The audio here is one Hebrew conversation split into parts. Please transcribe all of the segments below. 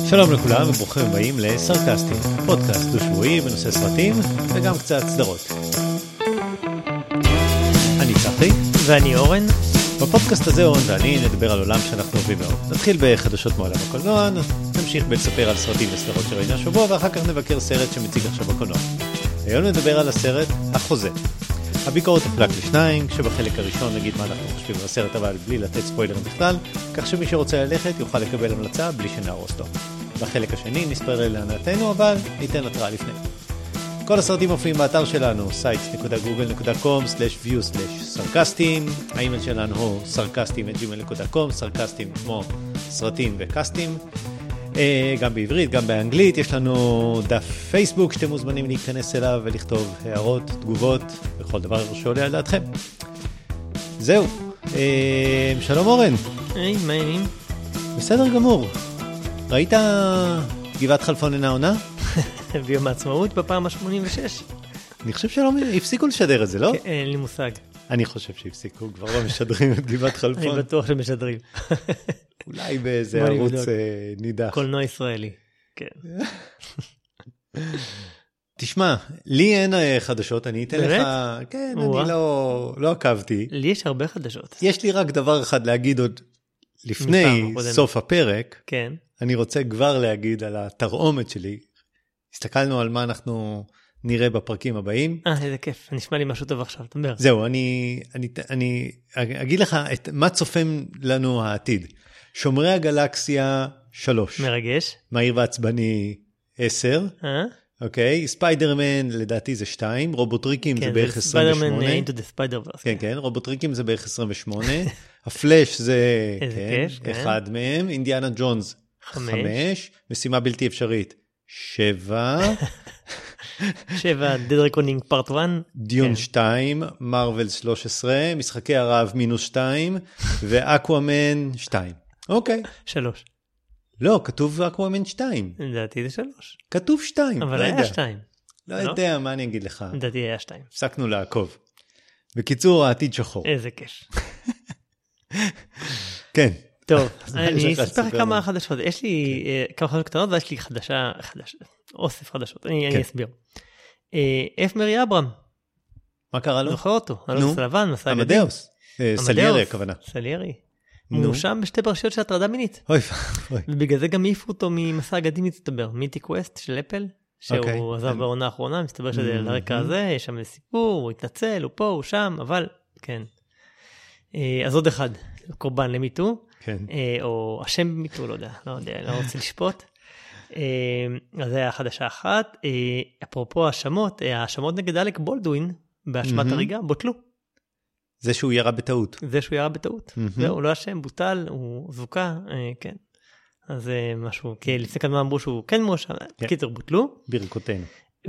שלום לכולם וברוכים הבאים לסרקסטים, פודקאסט דו-שבועי בנושא סרטים וגם קצת סדרות. אני צחי ואני אורן. בפודקאסט הזה אורן ואני נדבר על עולם שאנחנו אוהבים מאוד. נתחיל בחדשות מעולם הקולנוע, נמשיך בלספר על סרטים וסדרות שראינו השבוע ואחר כך נבקר סרט שמציג עכשיו בקולנוע. היום נדבר על הסרט החוזה. הביקורת תחלק לשניים, כשבחלק הראשון נגיד מה אנחנו חושבים על הסרט אבל בלי לתת ספוילרים בכלל, כך שמי שרוצה ללכת יוכל לקבל המלצה בלי שנהרוס אותו. בחלק השני נספר להנאתנו אבל ניתן התראה לפני. כל הסרטים מופיעים באתר שלנו sites.google.com/view/sarcastim, האימייל שלנו הוא sarcastim@gmail.com, סרקסטים כמו סרטים וקסטים, גם בעברית, גם באנגלית. יש לנו דף פייסבוק שאתם מוזמנים להיכנס אליו ולכתוב הערות, תגובות וכל דבר שעולה על דעתכם. זהו, שלום אורן. היי, מה העניינים? בסדר גמור. ראית גבעת חלפון אינה עונה? ביום העצמאות בפעם ה-86. אני חושב שלא הפסיקו לשדר את זה, לא? אין לי מושג. אני חושב שהפסיקו, כבר לא משדרים את גבעת חלפון. אני בטוח שמשדרים. אולי באיזה ערוץ נידח. קולנוע ישראלי, כן. תשמע, לי אין חדשות, אני אתן לך... כן, אני לא עקבתי. לי יש הרבה חדשות. יש לי רק דבר אחד להגיד עוד לפני סוף הפרק. כן. אני רוצה כבר להגיד על התרעומת שלי. הסתכלנו על מה אנחנו נראה בפרקים הבאים. איזה כיף, נשמע לי משהו טוב עכשיו, תדבר. זהו, אני אגיד לך מה צופם לנו העתיד. שומרי הגלקסיה 3. מרגש. מהיר ועצבני 10. אוקיי, ספיידרמן לדעתי זה 2, רובוטריקים זה בערך 28. ספיידרמן into the Spider-Verse. כן, כן, רובוטריקים זה בערך 28. הפלאש זה אחד מהם, אינדיאנה ג'ונס 5, משימה בלתי אפשרית 7. 7, Dead Reckoning Part 1. דיון 2, מרוול 13, משחקי הרעב -2, ואקוואמן 2. אוקיי. 3. לא, כתוב אקוואמן 2. לדעתי זה 3. כתוב 2. אבל היה 2. לא יודע, מה אני אגיד לך. לדעתי היה 2. הפסקנו לעקוב. בקיצור, העתיד שחור. איזה כיף. כן. טוב, אני אספר לך כמה חדשות. יש לי כמה חדשות קטנות ויש לי אוסף חדשות. אני אסביר. אף מרי אברהם. מה קרה לו? זוכר אותו. אלכס לבן, מסע גדים. עמדאוס. סליירי, הכוונה. סליירי. מואשם בשתי פרשיות של הטרדה מינית. אוי. ובגלל זה גם העיפו אותו ממסע גדים, מסתבר. מיתי קווסט של אפל, שהוא עזב בעונה האחרונה, מסתבר שזה לרקע הזה, יש שם סיפור, הוא התנצל, הוא פה, הוא שם, אבל כן. אז עוד אחד, קורבן למיטו, או השם במיטו, לא יודע, לא רוצה לשפוט. אז זה היה חדשה אחת. אפרופו האשמות נגד אלק בולדווין, באשמת הריגה, בוטלו. זה שהוא ירה בטעות. זהו, לא השם, בוטל, הוא זוקה, כן. אז משהו, כי לפני כמה אמרו שהוא כן מואשם, קיצר בוטלו. ברכותינו.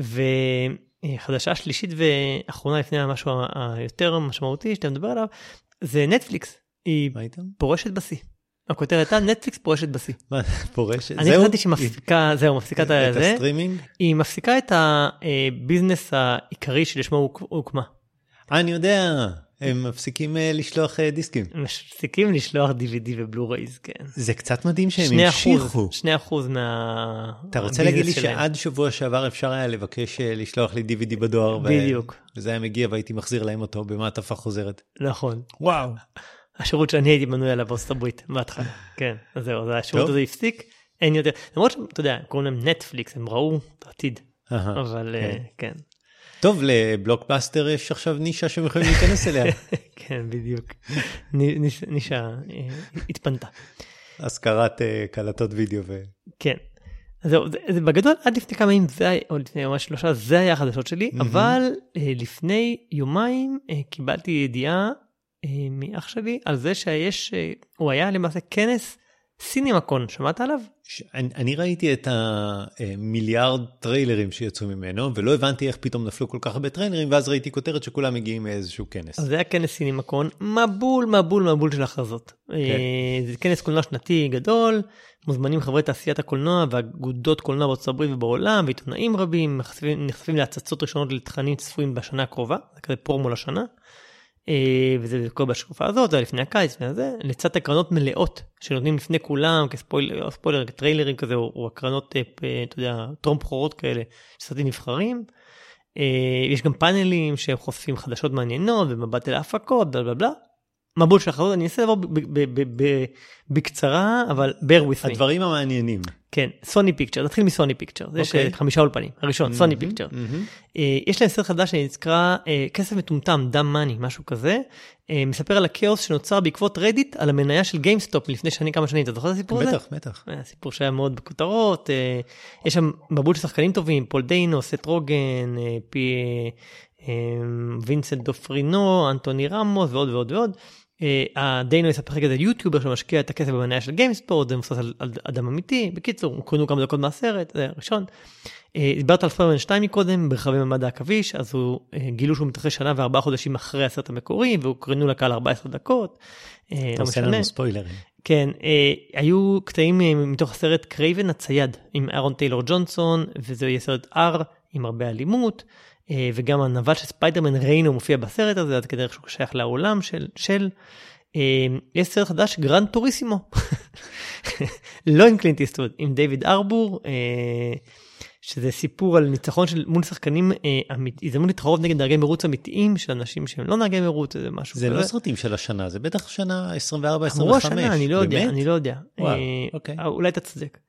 וחדשה שלישית ואחרונה לפני המשהו היותר משמעותי שאתה מדבר עליו, זה נטפליקס. היא פורשת בשיא. הכותרת הייתה, נטפליקס פורשת בשיא. מה, פורשת? אני חשבתי שהיא מפסיקה, מפסיקה את זה. את הסטרימינג? היא מפסיקה את הביזנס העיקרי שלשמו הוקמה. אני יודע, הם מפסיקים לשלוח דיסקים. מפסיקים לשלוח DVD ובלו-רייז, כן. זה קצת מדהים שהם המשיכו. 2% מה... אתה רוצה להגיד לי שעד שבוע שעבר אפשר היה לבקש לשלוח לי DVD בדואר? בדיוק. וזה היה מגיע והייתי מחזיר להם אותו במעטפה חוזרת. נכון. וואו. השירות שאני הייתי מנוי עליו בארצות הברית, בהתחלה. כן, אז זהו, השירות הזה הפסיק, אין יותר. למרות שאתה יודע, קוראים להם נטפליקס, הם ראו את העתיד. אבל כן. טוב, לבלוקבאסטר יש עכשיו נישה שהם יכולים להיכנס אליה. כן, בדיוק. נישה התפנתה. הזכרת קלטות וידאו. כן. אז זהו, זה בגדול, עד לפני כמה ימים, או לפני יומיים 3, זה היה החדשות שלי, אבל לפני יומיים קיבלתי ידיעה מאח שלי על זה הוא היה למעשה כנס סינמקון, שמעת עליו? אני ראיתי את המיליארד טריילרים שיצאו ממנו, ולא הבנתי איך פתאום נפלו כל כך הרבה טריילרים, ואז ראיתי כותרת שכולם מגיעים מאיזשהו כנס. אז זה היה כנס סינמקון, מבול של הכרזות. זה כנס קולנוע שנתי גדול, מוזמנים חברי תעשיית הקולנוע ואגודות קולנוע בארצות הברית ובעולם, ועיתונאים רבים, נחשפים להצצות ראשונות לתכנים צפויים בשנה הקרובה, זה כזה פרומו לשנה. וזה קורה בשקופה הזאת, זה לפני הקיץ, לפני זה, לצד הקרנות מלאות, שנותנים לפני כולם, כספוילר, כטריילרים כזה, או הקרנות, אתה יודע, טרום בחורות כאלה, שסרטים נבחרים. יש גם פאנלים שהם חושפים חדשות מעניינות, ומבט אל ההפקות, בלה בלה בלה. מבול של החדשות, אני אנסה לעבור בקצרה, אבל bear with me. הדברים המעניינים. כן, סוני פיקצ'ר, נתחיל מסוני פיקצ'ר, יש 5 אולפנים, הראשון, סוני פיקצ'ר. יש להם סרט חדש שנקרא כסף מטומטם, דם מאני, משהו כזה, מספר על הכאוס שנוצר בעקבות רדיט, על המניה של גיימסטופ לפני כמה שנים, אתה זוכר את הסיפור הזה? בטח, בטח. הסיפור שהיה מאוד בכותרות, יש שם מבול של שחקנים טובים, פול דיינו, סט רוגן, וינסנט דופרינו, אנטוני רמוס ועוד ועוד ועוד. דיינו יספר כזה יוטיובר שמשקיע את הכסף במניה של גיימספורט, זה מבוסס על אדם אמיתי, בקיצור, הוא קוראים כמה דקות מהסרט, זה הראשון. דיברת על ספיידרמן 2 מקודם, ברחבי ממד העכביש, אז הוא גילו שהוא מתרחש שנה ו4 חודשים אחרי הסרט המקורי, והוא קראנו לקהל 14 דקות. אתה עושה לנו ספוילרים. כן, היו קטעים מתוך הסרט קרייבן הצייד, עם ארון טיילור ג'ונסון, וזה יהיה סרט R עם הרבה אלימות, וגם הנבל של ספיידרמן ריינו מופיע בסרט הזה, אז כדרך שהוא שייך לעולם של יש סרט חדש, גרנד טוריסימו, לא עם קלינט איסטווד, עם דיוויד ארבור, שזה סיפור על ניצחון של מול שחקנים, הזדמנות להתחרות נגד נהגי מרוץ אמיתיים, של אנשים שהם לא נהגי מרוץ, זה משהו זה כזה. לא סרטים של השנה, זה בטח שנה 24-25. אמרו השנה, אני לא יודע. אולי אתה צודק.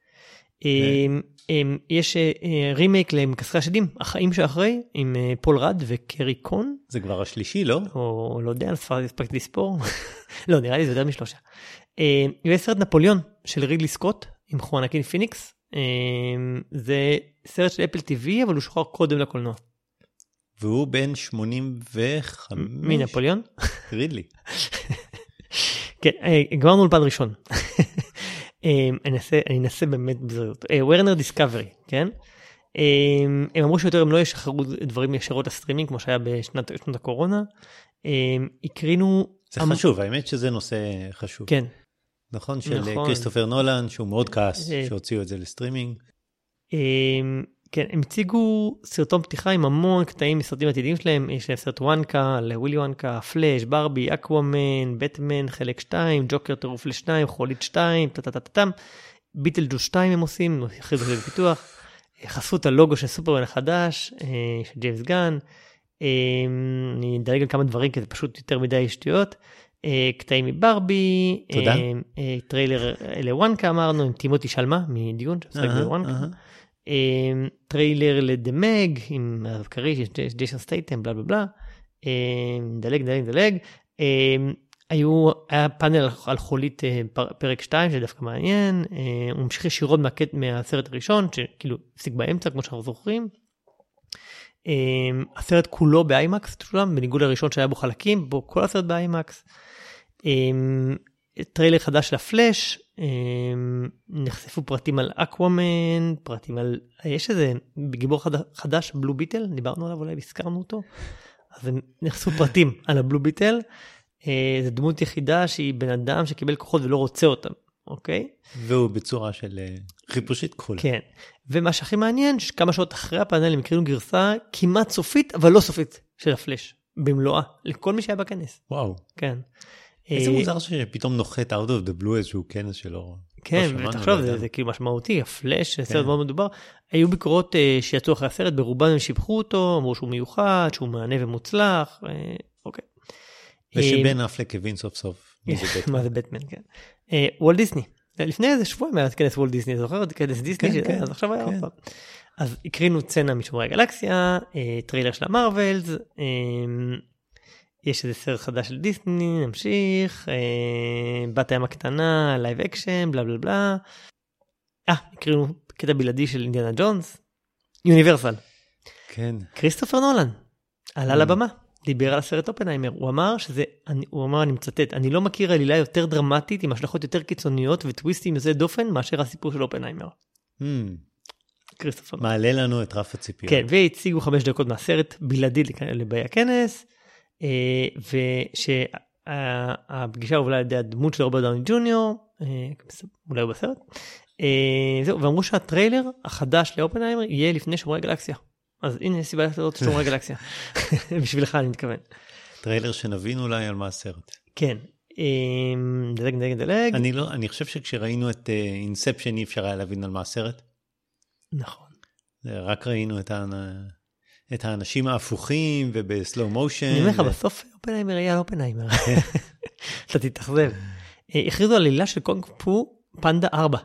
יש רימייק למכסחי השדים, החיים שאחרי, עם פול רד וקרי קון. זה כבר השלישי, לא? או לא יודע, הספקתי לספור. לא, נראה לי זה יותר מ3. יש סרט נפוליון של רידלי סקוט, עם חואנקין פיניקס. זה סרט של אפל TV, אבל הוא שוחרר קודם לקולנוע. והוא בן 85. מנפוליון? רידלי. כן, גמרנו אולפן ראשון. אני אנסה באמת בזריזות. וורנר דיסקאברי, כן? הם אמרו שיותר הם לא ישחררו דברים ישירות לסטרימינג, כמו שהיה בשנות הקורונה. הקרינו... זה חשוב, האמת שזה נושא חשוב. כן. נכון, של כריסטופר נולן, שהוא מאוד כעס שהוציאו את זה לסטרימינג. כן, הם הציגו סרטון פתיחה עם המון קטעים מסרטים עתידיים שלהם, יש להם סרט וואנקה, לווילי וואנקה, פלאש, ברבי, אקוואמן, בטמן, חלק 2, ג'וקר טירוף ל2, חולית 2, טטטטטם, ביטלג'וס 2 הם עושים, אחרי זה בפיתוח, חשפו את הלוגו של סופרמן החדש, של ג'יימס גן, אני אדלג על כמה דברים, כי זה פשוט יותר מדי שטויות, קטעים מברבי, טריילר לוואנקה אמרנו, עם טימותי שלמה, מדיון, שמשחק בוואנקה, טריילר לדמג עם הקריש, ג'ייסון סטייטם, בלה בלה בלה, דלג, היה פאנל על חולית פרק 2 שדווקא מעניין, הוא ממשיך ישירות מהסרט הראשון שכאילו הפסיק באמצע כמו שאנחנו זוכרים, הסרט כולו באיימקס, בניגוד לראשון שהיה בו חלקים, בו כל הסרט באיימקס, טריילר חדש לפלאש, נחשפו פרטים על אקוואמן, פרטים על, יש איזה גיבור חדש, בלו ביטל, דיברנו עליו, אולי הזכרנו אותו, אז נחשפו פרטים על הבלו ביטל, זו דמות יחידה שהיא בן אדם שקיבל כוחות ולא רוצה אותם, אוקיי? והוא בצורה של חיפושית כחולה. כן, ומה שהכי מעניין, שכמה שעות אחרי הפאנל הם הקרינו גרסה כמעט סופית, אבל לא סופית, של הפלאש, במלואה, לכל מי שהיה בכנס. וואו. כן. איזה מוזר שפתאום נוחת out of the blue איזשהו כנס שלו. כן, ותחשוב, זה כאילו משמעותי, הפלאש, סרט מאוד מדובר. היו ביקורות שיצאו אחרי הסרט, ברובם הם שיבחו אותו, אמרו שהוא מיוחד, שהוא מענה ומוצלח, אוקיי. ושבן אפלק הבין סוף סוף. מה זה בטמן, כן. וולט דיסני. לפני איזה שבוע מאז כנס וולט דיסני, זוכר את כנס דיסני, אז עכשיו היה עוד פעם. אז הקרינו צנה משומרי הגלקסיה, טריילר של המרוולס, יש איזה סרט חדש של דיסני, נמשיך, בת הים הקטנה, לייב אקשן, בלה בלה בלה. הקרינו קטע בלעדי של אינדיאנה ג'ונס, יוניברסל. כן. כריסטופר נולן, עלה לבמה, דיבר על הסרט אופנהיימר, הוא אמר, אני מצטט, אני לא מכיר עלילה יותר דרמטית, עם השלכות יותר קיצוניות וטוויסטים יוצאי דופן, מאשר הסיפור של אופנהיימר. כריסטופר נולן. מעלה לנו את רף הציפיות. כן, והציגו 5 דקות מהסרט בלעדי לבאי הכנס, ושהפגישה הובלה על ידי הדמות של רוברט דאוני ג'וניור, אולי הוא בסרט, זהו, ואמרו שהטריילר החדש לאופנהיימר יהיה לפני שומרי גלקסיה. אז הנה סיבה לראות שומרי גלקסיה. בשבילך אני מתכוון. טריילר שנבין אולי על מה הסרט. כן. דלג. אני חושב שכשראינו את אינספשן אי אפשר היה להבין על מה הסרט. נכון. רק ראינו את האנשים ההפוכים ובסלואו מושן. אני אומר לך, בסוף אופנהיימר היה אופנהיימר. אתה תתאכזב. הכריזו על עלילה של קונג פו פנדה 4.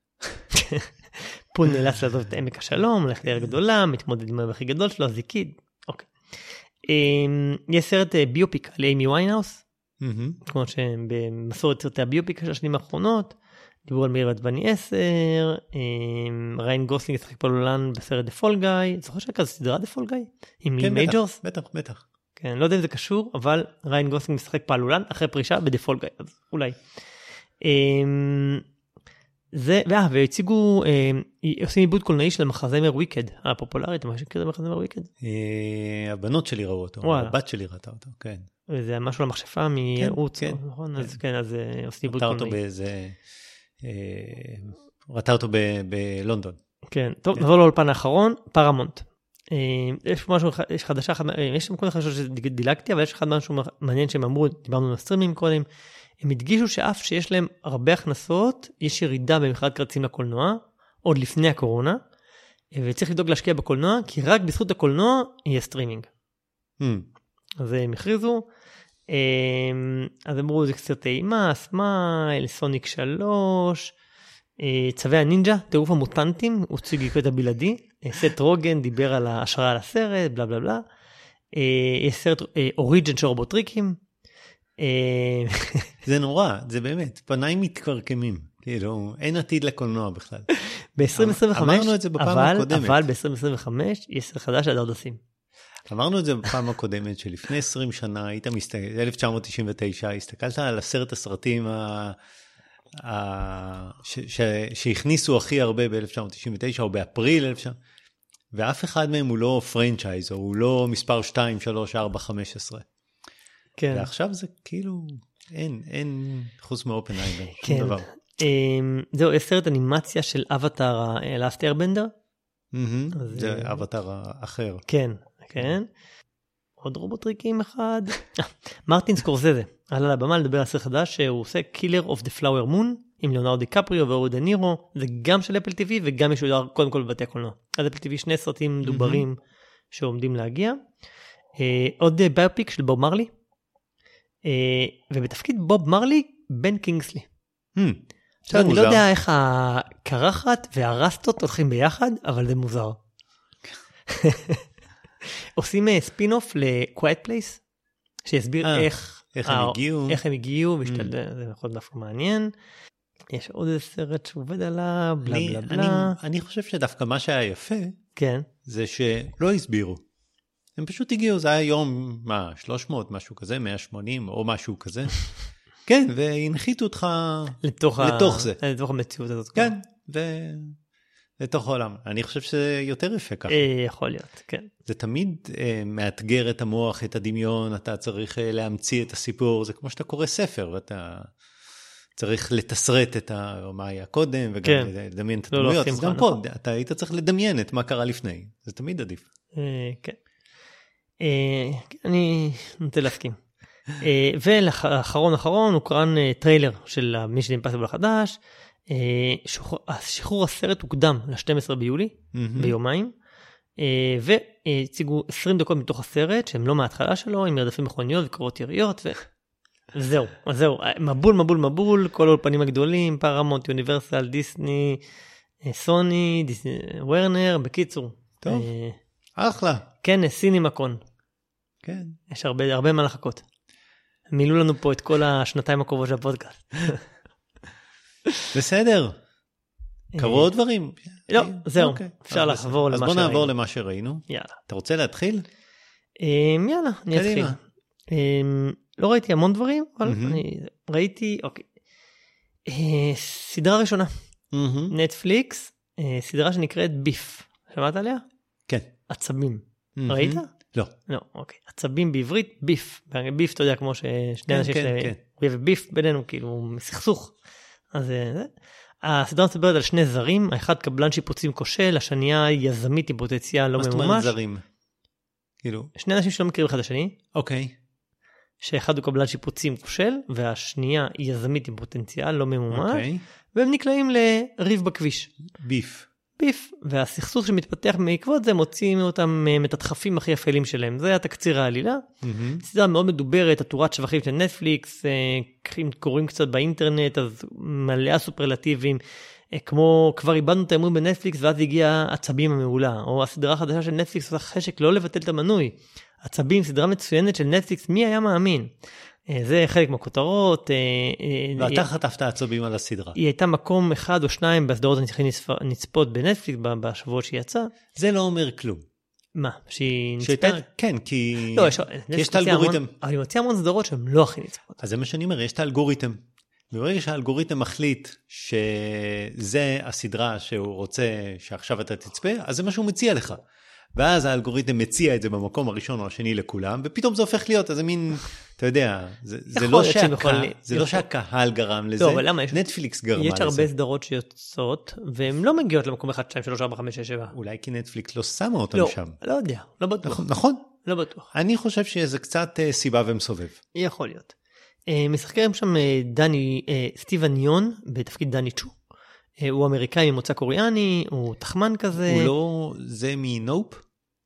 פו נאלץ לעזוב את עמק השלום, הולך לעיר גדולה, מתמודד עם העמק הכי גדול שלו, אז יקid. אוקיי. יש סרט ביופיק על אימי ויינהאוס, כמו שבמסורת סרטי הביופיק של השנים האחרונות, דיברו על מאיר ועצבני 10, ריין גוסלינג ישחק פעלולן בסרט דה פול גאי, זוכר שהיה כזה סדרה דה פול גאי? עם לי מייג'ורס? בטח. כן, לא יודע אם זה קשור, אבל ריין גוסלינג משחק פעלולן אחרי פרישה בדה פול גאי, אז אולי. והציגו, עושים עיבוד קולנועי של המחזמר וויקד, הפופולרית, מה שקרא המחזמר וויקד? הבנות שלי ראו אותו, הבת שלי ראתה אותו, כן. וזה משהו למחשפה מערוץ, נכון? אז כן, אז עושים עיבוד קולנועי. ראתה אותו בלונדון. כן, טוב, נבוא לאולפן האחרון, פרמונט. יש משהו, יש חדשה, יש מקום חדשה שדילגתי, אבל יש אחד משהו מעניין שהם אמרו, דיברנו על הסטרימים קודם, הם הדגישו שאף שיש להם הרבה הכנסות, יש ירידה במכירת כרטיסים לקולנוע, עוד לפני הקורונה, וצריך לדאוג להשקיע בקולנוע, כי רק בזכות הקולנוע יהיה סטרימינג. אז הם הכריזו, אז אמרו, זה קצת אימה, סמייל, סוניק 3, צווי הנינג'ה, טירוף המוטנטים, הוצג קטע בלעדי, סט רוגן דיבר על ההשראה על הסרט, בלה בלה בלה, יש סרט אוריג'ן של רובוטריקים, זה נורא, זה באמת, פניים מתקרקמים, כאילו, אין עתיד לקולנוע בכלל. ב-2025, אמרנו את זה בפעם הקודמת. אבל ב-2025 יש סרט חדש על הדרדסים. אמרנו את זה בפעם הקודמת, שלפני 20 שנה, היית 1999, הסתכלת על הסרט הסרטים שהכניסו הכי הרבה ב-1999, או באפריל 1999, ואף אחד מהם הוא לא פרנצ'ייז, או הוא לא מספר 2, 3, 4, 15. כן. ועכשיו זה כאילו, אין חוץ מאופנהיימר, כן. שום דבר. זהו, יש סרט אנימציה של אבטר, לאסט איירבנדר. זה אבטר אחר. כן, כן. עוד רובוטריקים אחד. מרטין סקורסזה, עלה לבמה לדבר על סרט חדש, שהוא עושה Killer of the Flower Moon, עם ליאונרדו דיקפריו ואורי דה נירו, זה גם של אפל TV וגם משודר קודם כל בבתי הקולנוע. אז אפל TV שני סרטים מדוברים שעומדים להגיע. עוד ביופיק של בוב מרלי, ובתפקיד בוב מרלי, בן קינגסלי. עכשיו אני לא יודע איך הקרחת והרסטות הולכים ביחד, אבל זה מוזר. עושים ספין-אוף ל-Quiet Place, שיסביר איך הם הגיעו, זה יכול דווקא מעניין. יש עוד איזה סרט שעובד עליו, בלה בלה בלה. אני חושב שדווקא מה שהיה יפה, כן. זה שלא הסבירו. הם פשוט הגיעו, זה היה יום, 300, משהו כזה, 180 או משהו כזה. כן, והנחיתו אותך לתוך זה. לתוך המציאות הזאת. כן, ולתוך העולם. אני חושב שזה יותר יפה ככה. יכול להיות, כן. זה תמיד מאתגר את המוח, את הדמיון, אתה צריך להמציא את הסיפור, זה כמו שאתה קורא ספר, ואתה צריך לתסרט את מה היה קודם, וגם לדמיין את הדמויות. אז גם פה, אתה היית צריך לדמיין את מה קרה לפני. זה תמיד עדיף. כן. אני נוטה להסכים. ולאחרון הוקרן טריילר של מישן אימפסיבל החדש, שחרור הסרט הוקדם ל-12 ביולי, ביומיים, והציגו 20 דקות מתוך הסרט, שהם לא מההתחלה שלו, עם מרדפים מכוניות וקרבות יריות, וזהו, מבול, כל האולפנים הגדולים, פרמונט, יוניברסל, דיסני, סוני, וורנר, בקיצור. טוב, אחלה. כן, סינמקון. כן. יש הרבה מה לחכות. מילאו לנו פה את כל השנתיים הקרובות של הפודקאסט. בסדר. קרו עוד דברים? לא, זהו. אפשר לעבור למה שראינו. אז בוא נעבור למה שראינו. יאללה. אתה רוצה להתחיל? יאללה, אני אתחיל. לא ראיתי המון דברים, אבל אני ראיתי, אוקיי. סדרה ראשונה. נטפליקס, סדרה שנקראת ביף. שמעת עליה? כן. עצבים. ראית? לא. לא, אוקיי. עצבים בעברית, ביף. ביף, אתה יודע, כמו ששני אנשים ביף בינינו, כאילו, מסכסוך. אז זה. הסדרה מספרת על שני זרים, האחד קבלן שיפוצים כושל, השנייה יזמית עם פוטנציאל לא ממומש. מה זאת אומרת זרים? כאילו? שני אנשים שלא מכירים אחד השני. אוקיי. שאחד הוא קבלן שיפוצים כושל, והשנייה היא יזמית עם פוטנציאל, לא ממומש, והם נקלעים לריב בכביש. ביף, והסכסוך שמתפתח בעקבות זה, מוציאים אותם את הדחפים הכי אפלים שלהם. זה התקציר העלילה. סדרה מאוד מדוברת, התורת שבחים של נטפליקס, קוראים קצת באינטרנט, אז מלאה סופרלטיבים, כמו כבר איבדנו את האמון בנטפליקס, ואז הגיע עצבים המעולה, או הסדרה החדשה של נטפליקס, עושה חשק לא לבטל את המנוי. עצבים, סדרה מצוינת של נטפליקס, מי היה מאמין? זה חלק מהכותרות. ואתה חטפת עצבים על הסדרה. היא הייתה מקום 1 או 2 בסדרות נצפות בנטפליקס בשבועות שהיא יצאה. זה לא אומר כלום. מה? שהיא נצפת? כן, כי יש את האלגוריתם. אבל היא מציעה המון סדרות שהן לא הכי נצפות. אז זה מה שאני אומר, יש את האלגוריתם. וברגע שהאלגוריתם מחליט שזה הסדרה שהוא רוצה שעכשיו אתה תצפה, אז זה מה שהוא מציע לך. ואז האלגוריתם מציע את זה במקום הראשון או השני לכולם, ופתאום זה הופך להיות איזה מין, אתה יודע, זה לא שהקהל גרם לזה, נטפליקס גרמה לזה. יש הרבה סדרות שיוצאות, והן לא מגיעות למקום 1, 2, 3, 4, 5, 6, 7. אולי כי נטפליקס לא שמה אותם שם. לא יודע, לא בטוח. נכון. לא בטוח. אני חושב שזה קצת סיבה ומסובב. יכול להיות. משחקרים שם סטיבן יון, בתפקיד דני צ'ו. הוא אמריקאי ממוצא קוריאני, הוא תחמן כזה. הוא לא, זה מנופ?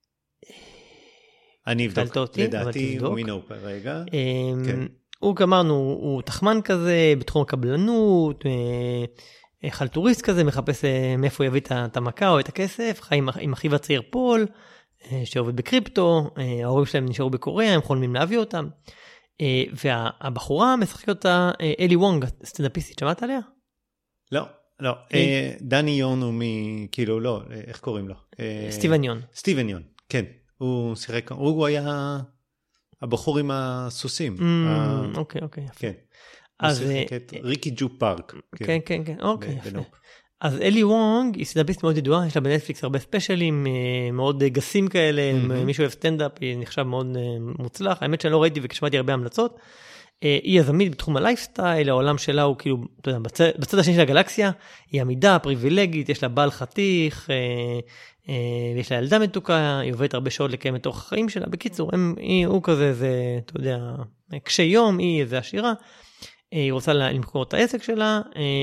אני אבדוק, לדעתי הוא מנופ, רגע. הוא כאמרנו, הוא תחמן כזה, בתחום הקבלנות, חלטוריסט כזה, מחפש מאיפה הוא יביא את המכה או את הכסף, חי עם אחיו הצעיר פול, שעובד בקריפטו, ההורים שלהם נשארו בקוריאה, הם חולמים להביא אותם. והבחורה משחקת אותה אלי וונג, סטנדאפיסטית, שמעת עליה? לא. לא, דני יון הוא כאילו לא, איך קוראים לו? סטיבן יון. סטיבן יון, כן. הוא שיחק, הוא היה הבחור עם הסוסים. אוקיי. כן. הוא שיחק את ריקי ג'ו פארק. כן, אוקיי. אז אלי וונג היא סטנדאפיסט מאוד ידועה, יש לה בנטפליקס הרבה ספיישלים, מאוד גסים כאלה, מישהו אוהב סטנדאפ, היא נחשב מאוד מוצלח. האמת שאני לא ראיתי וכשמעתי הרבה המלצות. היא יזמית בתחום הלייפסטייל, העולם שלה הוא כאילו, אתה יודע, בצד השני של הגלקסיה, היא עמידה, פריבילגית, יש לה בעל חתיך, יש לה ילדה מתוקה, היא עובדת הרבה שעות לקיים את אורח החיים שלה. בקיצור, הוא כזה, זה, אתה יודע, קשי יום, היא איזה עשירה, היא רוצה למכור את העסק שלה,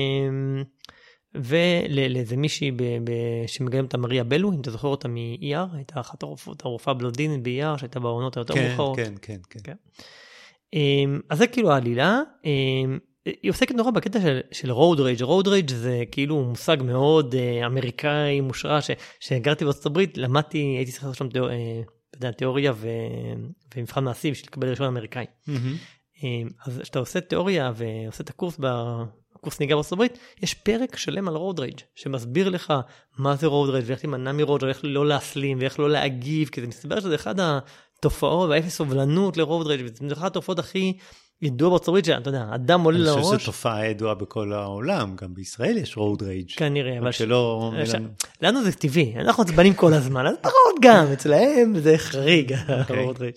ולאיזה מישהי שמגלם את מריה בלו, אם אתה זוכר אותה מ-ER, הייתה אחת הרופאה בלונדינית ב-ER, שהייתה בעונות היותר מאוחרות. כן. אז זה כאילו העלילה, היא עוסקת נורא בקטע של רוד רייג'. רוד רייג' זה כאילו מושג מאוד אמריקאי מושרע, שגרתי בארצות הברית, למדתי, הייתי צריך לעשות שם תיאוריה ומבחן מעשי בשביל לקבל ראשון אמריקאי. אז כשאתה עושה תיאוריה ועושה את הקורס נהיגה בארצות הברית, יש פרק שלם על רוד רייג' שמסביר לך מה זה רוד רייג' ואיך להימנע מרוד רייג', ואיך לא להסלים ואיך לא להגיב, כי זה מסתבר שזה אחד תופעות, ואיפה סובלנות לרוד רייג', וזה אחת התופעות הכי ידועה בארצות הברית, שאתה יודע, אדם עולה לראש. אני חושב שזו תופעה ידועה בכל העולם, גם בישראל יש רוד רייג'. כנראה, אבל שלא... לנו זה טבעי, אנחנו עצבנים כל הזמן, אז פחות גם, אצלהם זה חריג, הרוד רייג'.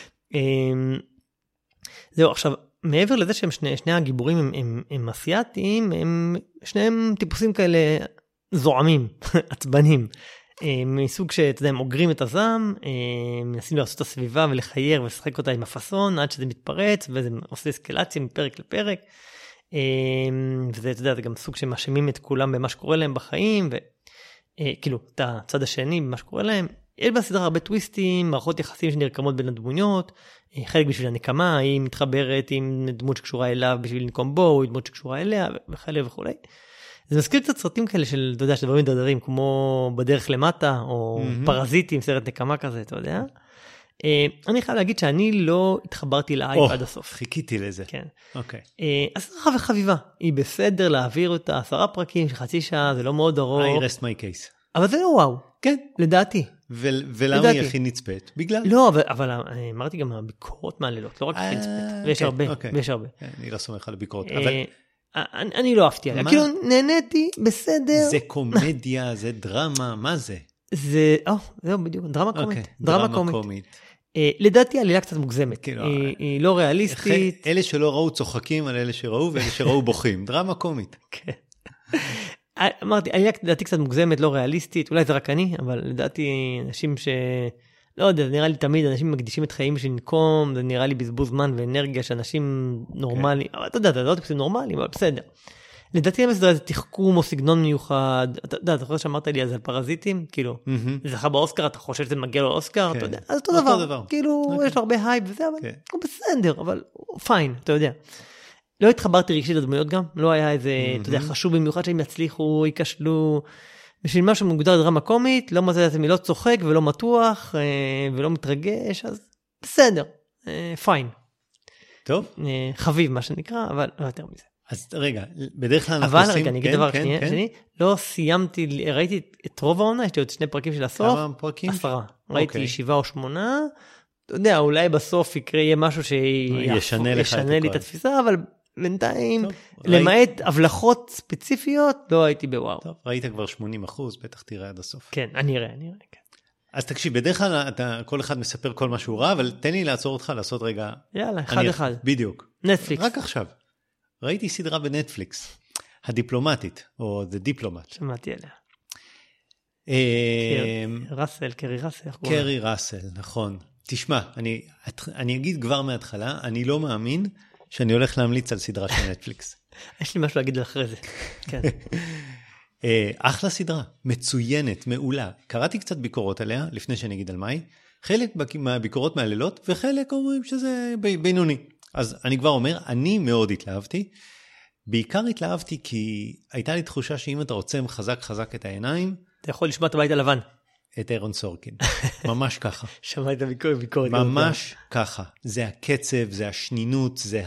זהו, עכשיו, מעבר לזה שהם שני הגיבורים הם אסיאטיים, הם שניהם טיפוסים כאלה זועמים, עצבנים. מסוג שאתה יודע, הם אוגרים את הזעם, מנסים לעשות את הסביבה ולחייר ולשחק אותה עם הפסון, עד שזה מתפרץ, וזה עושה אסקלציה מפרק לפרק, וזה, אתה יודע, זה גם סוג שמאשימים את כולם במה שקורה להם בחיים, וכאילו, את הצד השני במה שקורה להם. יש בסדרה הרבה טוויסטים, מערכות יחסים שנרקמות בין הדמויות, חלק בשביל הנקמה, היא מתחברת עם דמות שקשורה אליו בשביל לנקום בו, היא דמות שקשורה אליה, וכאלה וכו'. זה מזכיר קצת סרטים כאלה של, אתה יודע, של דברים מדרדרים, כמו בדרך למטה, או פרזיטים, סרט נקמה כזה, אתה יודע. אני חייב להגיד שאני לא התחברתי לאייפ עד הסוף. חיכיתי לזה. כן. אוקיי. הסדרה וחביבה, היא בסדר להעביר אותה 10 פרקים של חצי שעה, זה לא מאוד ארוך. I rest my case. אבל זה לא וואו. כן. לדעתי. ולמה היא הכי נצפית? בגלל? לא, אבל אמרתי גם הביקורות מעללות, לא רק הכי נצפית. ויש הרבה. אני לא סומך על הביקורות, אני לא אהבתי עליה, כאילו נהניתי, בסדר. זה קומדיה, זה דרמה, מה זה? זהו בדיוק, דרמה קומית. דרמה קומית. לדעתי עלילה קצת מוגזמת, היא לא ריאליסטית. אלה שלא ראו צוחקים על אלה שראו, ואלה שראו בוכים, דרמה קומית. כן. אמרתי, עלילה לדעתי קצת מוגזמת, לא ריאליסטית, אולי זה רק אני, אבל לדעתי אנשים לא יודע, זה נראה לי תמיד, אנשים מקדישים את חיים בשביל לנקום, זה נראה לי בזבוז זמן ואנרגיה שאנשים נורמליים, אבל אתה יודע, אתה לא טיפוסים נורמליים, אבל בסדר. לדעתי המסדר זה תחכום או סגנון מיוחד, אתה יודע, אתה חושב שאמרת לי אז על פרזיטים, כאילו, זה זכה באוסקר, אתה חושב שזה מגיע לו אוסקר, אתה יודע, אז אותו דבר, כאילו, יש לו הרבה הייפ וזה, אבל הוא בסדר, אבל פיין, אתה יודע. לא התחברתי רגשית לדמויות גם, לא היה איזה, אתה יודע, חשוב במיוחד שהם יצליחו, ייכשלו, בשביל משהו מוגדר דרמה קומית, לא מזה מי לא צוחק ולא מתוח, ולא מתרגש, אז בסדר, פיין. טוב. חביב מה שנקרא, אבל לא יותר מזה. אז רגע, בדרך כלל אנחנו עושים... אבל רגע, אני אגיד דבר שני, לא סיימתי, ראיתי את רוב העונה, יש לי עוד 2 פרקים של הסוף. כמה פרקים? 10. ראיתי 7 או 8, אתה יודע, אולי בסוף יהיה משהו שישנה לי את התפיסה, אבל בינתיים, למעט הבלחות ספציפיות, לא הייתי בוואו. טוב, ראית כבר 80%, בטח תראה עד הסוף. כן, אני אראה, כן. אז תקשיב, בדרך כלל כל אחד מספר כל מה שהוא רע, אבל תן לי לעצור אותך לעשות רגע... יאללה, אחד. בדיוק. נטפליקס. רק עכשיו. ראיתי סדרה בנטפליקס, הדיפלומטית, או The Diplomat. שמעתי עליה. קרי ראסל, נכון. תשמע, אני אגיד כבר מההתחלה, אני לא מאמין שאני הולך להמליץ על סדרה של נטפליקס. יש לי משהו להגיד אחרי זה. כן. אחלה סדרה, מצוינת, מעולה. קראתי קצת ביקורות עליה, לפני שאני אגיד על מהי. חלק מהביקורות מהלילות, וחלק אומרים שזה בינוני. אז אני כבר אומר, אני מאוד התלהבתי. בעיקר התלהבתי כי הייתה לי תחושה שאם אתה עוצם חזק את העיניים... אתה יכול לשמוע את הבית הלבן. את אירון סורקין. ממש ככה. שמעת ביקורת. ממש ככה. זה הקצב, זה השנינות, זה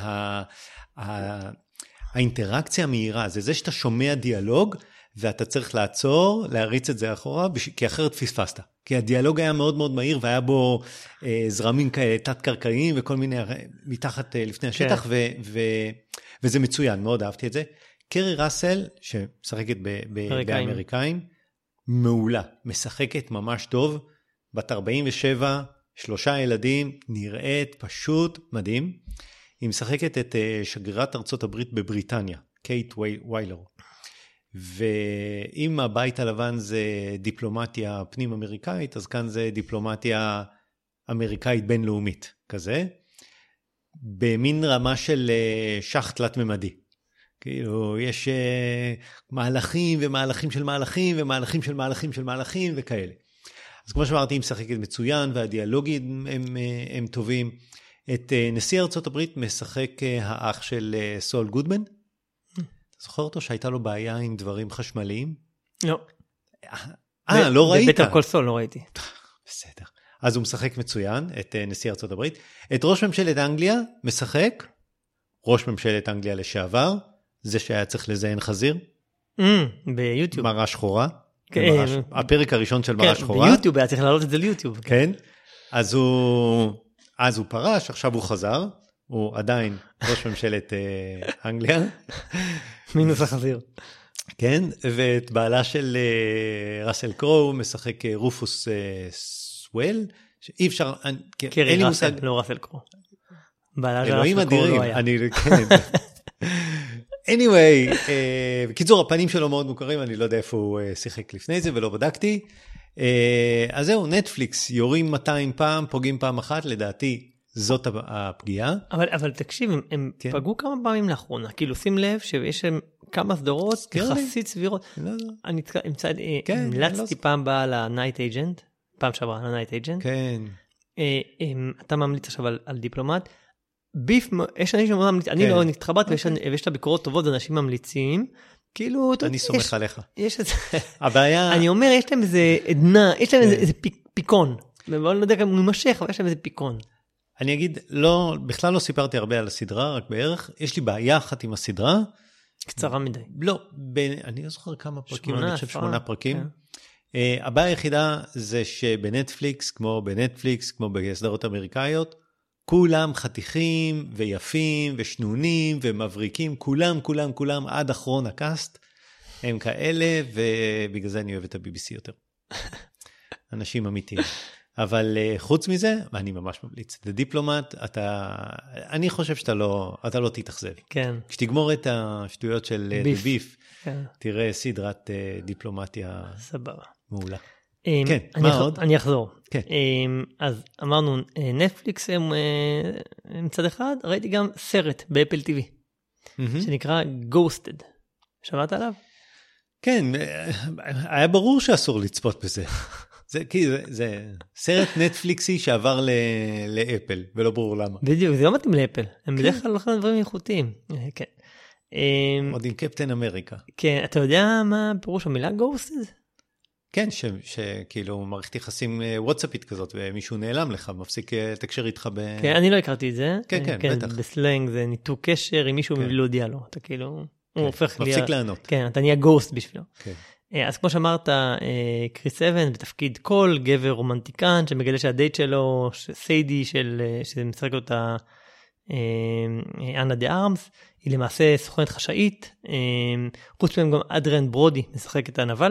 האינטראקציה המהירה. זה שאתה שומע דיאלוג, ואתה צריך לעצור, להריץ את זה אחורה, כי אחרת פספסת. כי הדיאלוג היה מאוד מאוד מהיר, והיה בו זרמים כאלה תת-קרקעיים, וכל מיני מתחת לפני השטח, וזה מצוין, מאוד אהבתי את זה. קרי ראסל, שמשחקת באמריקאים, מעולה, משחקת ממש טוב, בת 47, 3 ילדים, נראית פשוט מדהים. היא משחקת את שגרירת ארצות הברית בבריטניה, קייט ויילר. ואם הבית הלבן זה דיפלומטיה פנים אמריקאית, אז כאן זה דיפלומטיה אמריקאית בינלאומית, כזה, במין רמה של שח תלת-ממדי. כאילו, יש מהלכים ומהלכים של מהלכים, ומהלכים של מהלכים של מהלכים וכאלה. אז כמו שאמרתי, היא משחקת מצוין, והדיאלוגים הם טובים. את נשיא ארצות הברית משחק האח של סול גודמן, זוכר אותו שהייתה לו בעיה עם דברים חשמליים? לא. לא ראית? בבטר קול סול לא ראיתי. בסדר. אז הוא משחק מצוין, את נשיא ארצות הברית. את ראש ממשלת אנגליה משחק, ראש ממשלת אנגליה לשעבר, זה שהיה צריך לזיין חזיר. ביוטיוב. מראה שחורה. הפרק הראשון של מראה שחורה. ביוטיוב, היה צריך להעלות את זה ליוטיוב. כן. אז הוא פרש, עכשיו הוא חזר. הוא עדיין ראש ממשלת אנגליה. מינוס החזיר. כן, ואת בעלה של ראסל קרו משחק רופוס סוול, שאי אפשר... קרי ראסל, לא ראסל קרו. בעלה של ראסל קרו לא היה. anyway, בקיצור, הפנים שלו מאוד מוכרים, אני לא יודע איפה הוא שיחק לפני זה, ולא בדקתי. אז זהו, נטפליקס, יורים 200 פעם, פוגעים פעם אחת, לדעתי, זאת הפגיעה. אבל תקשיב, הם פגעו כמה פעמים לאחרונה, כאילו שים לב שיש כמה סדרות יחסית סבירות. אני המלצתי פעם באה לנייט אייג'נט, פעם שעברה לנייט אייג'נט. כן. אתה ממליץ עכשיו על דיפלומט. ביף, יש אנשים שממליץ, אני לא התחברתי, ויש את הביקורות טובות, אנשים ממליצים, כאילו, אני סומך עליך. יש את זה. הבעיה... אני אומר, יש להם איזה עדנה, יש להם איזה פיקון. אני לא יודע כמה הוא ממשך, אבל יש להם איזה פיקון. אני אגיד, לא, בכלל לא סיפרתי הרבה על הסדרה, רק בערך. יש לי בעיה אחת עם הסדרה. קצרה מדי. לא, אני לא זוכר כמה פרקים, אני חושב 8 פרקים. הבעיה היחידה זה שבנטפליקס, כמו בסדרות אמריקאיות, כולם חתיכים ויפים ושנונים ומבריקים, כולם עד אחרון הקאסט, הם כאלה, ובגלל זה אני אוהב את ה-BBC יותר. אנשים אמיתיים. אבל חוץ מזה, אני ממש ממליץ. The Diplomat, אני חושב שאתה לא תתאכזב. כן. כשתגמור את השטויות של The Beef, כן. תראה סדרת דיפלומטיה סבבה. מעולה. כן, מה עוד? אני אחזור. כן. אז אמרנו, נטפליקס הם מצד אחד, ראיתי גם סרט באפל TV, שנקרא Ghosted. שמעת עליו? כן, היה ברור שאסור לצפות בזה. זה סרט נטפליקסי שעבר לאפל, ולא ברור למה. בדיוק, זה לא מתאים לאפל. הם בדרך כלל הולכים לדברים איכותיים. כן. עוד עם קפטן אמריקה. כן, אתה יודע מה פירוש המילה Ghosted? כן, שכאילו מערכת יחסים וואטסאפית כזאת, ומישהו נעלם לך, מפסיק תקשר איתך כן, אני לא הכרתי את זה. כן, בטח. בסלנג זה ניתוק קשר עם מישהו מבלי להודיע לו. אתה כאילו, הוא הופך לי... מפסיק לענות. כן, אתה נהיה גוסט בשבילו. כן. אז כמו שאמרת, קריס אבנס בתפקיד קול, גבר רומנטיקן, שמגלה שהדייט שלו, סיידי, שמשחק אותה אנה דה ארמס, היא למעשה סוכנת חשאית. חוץ מהם גם אדריאן ברודי משחק את הנבל.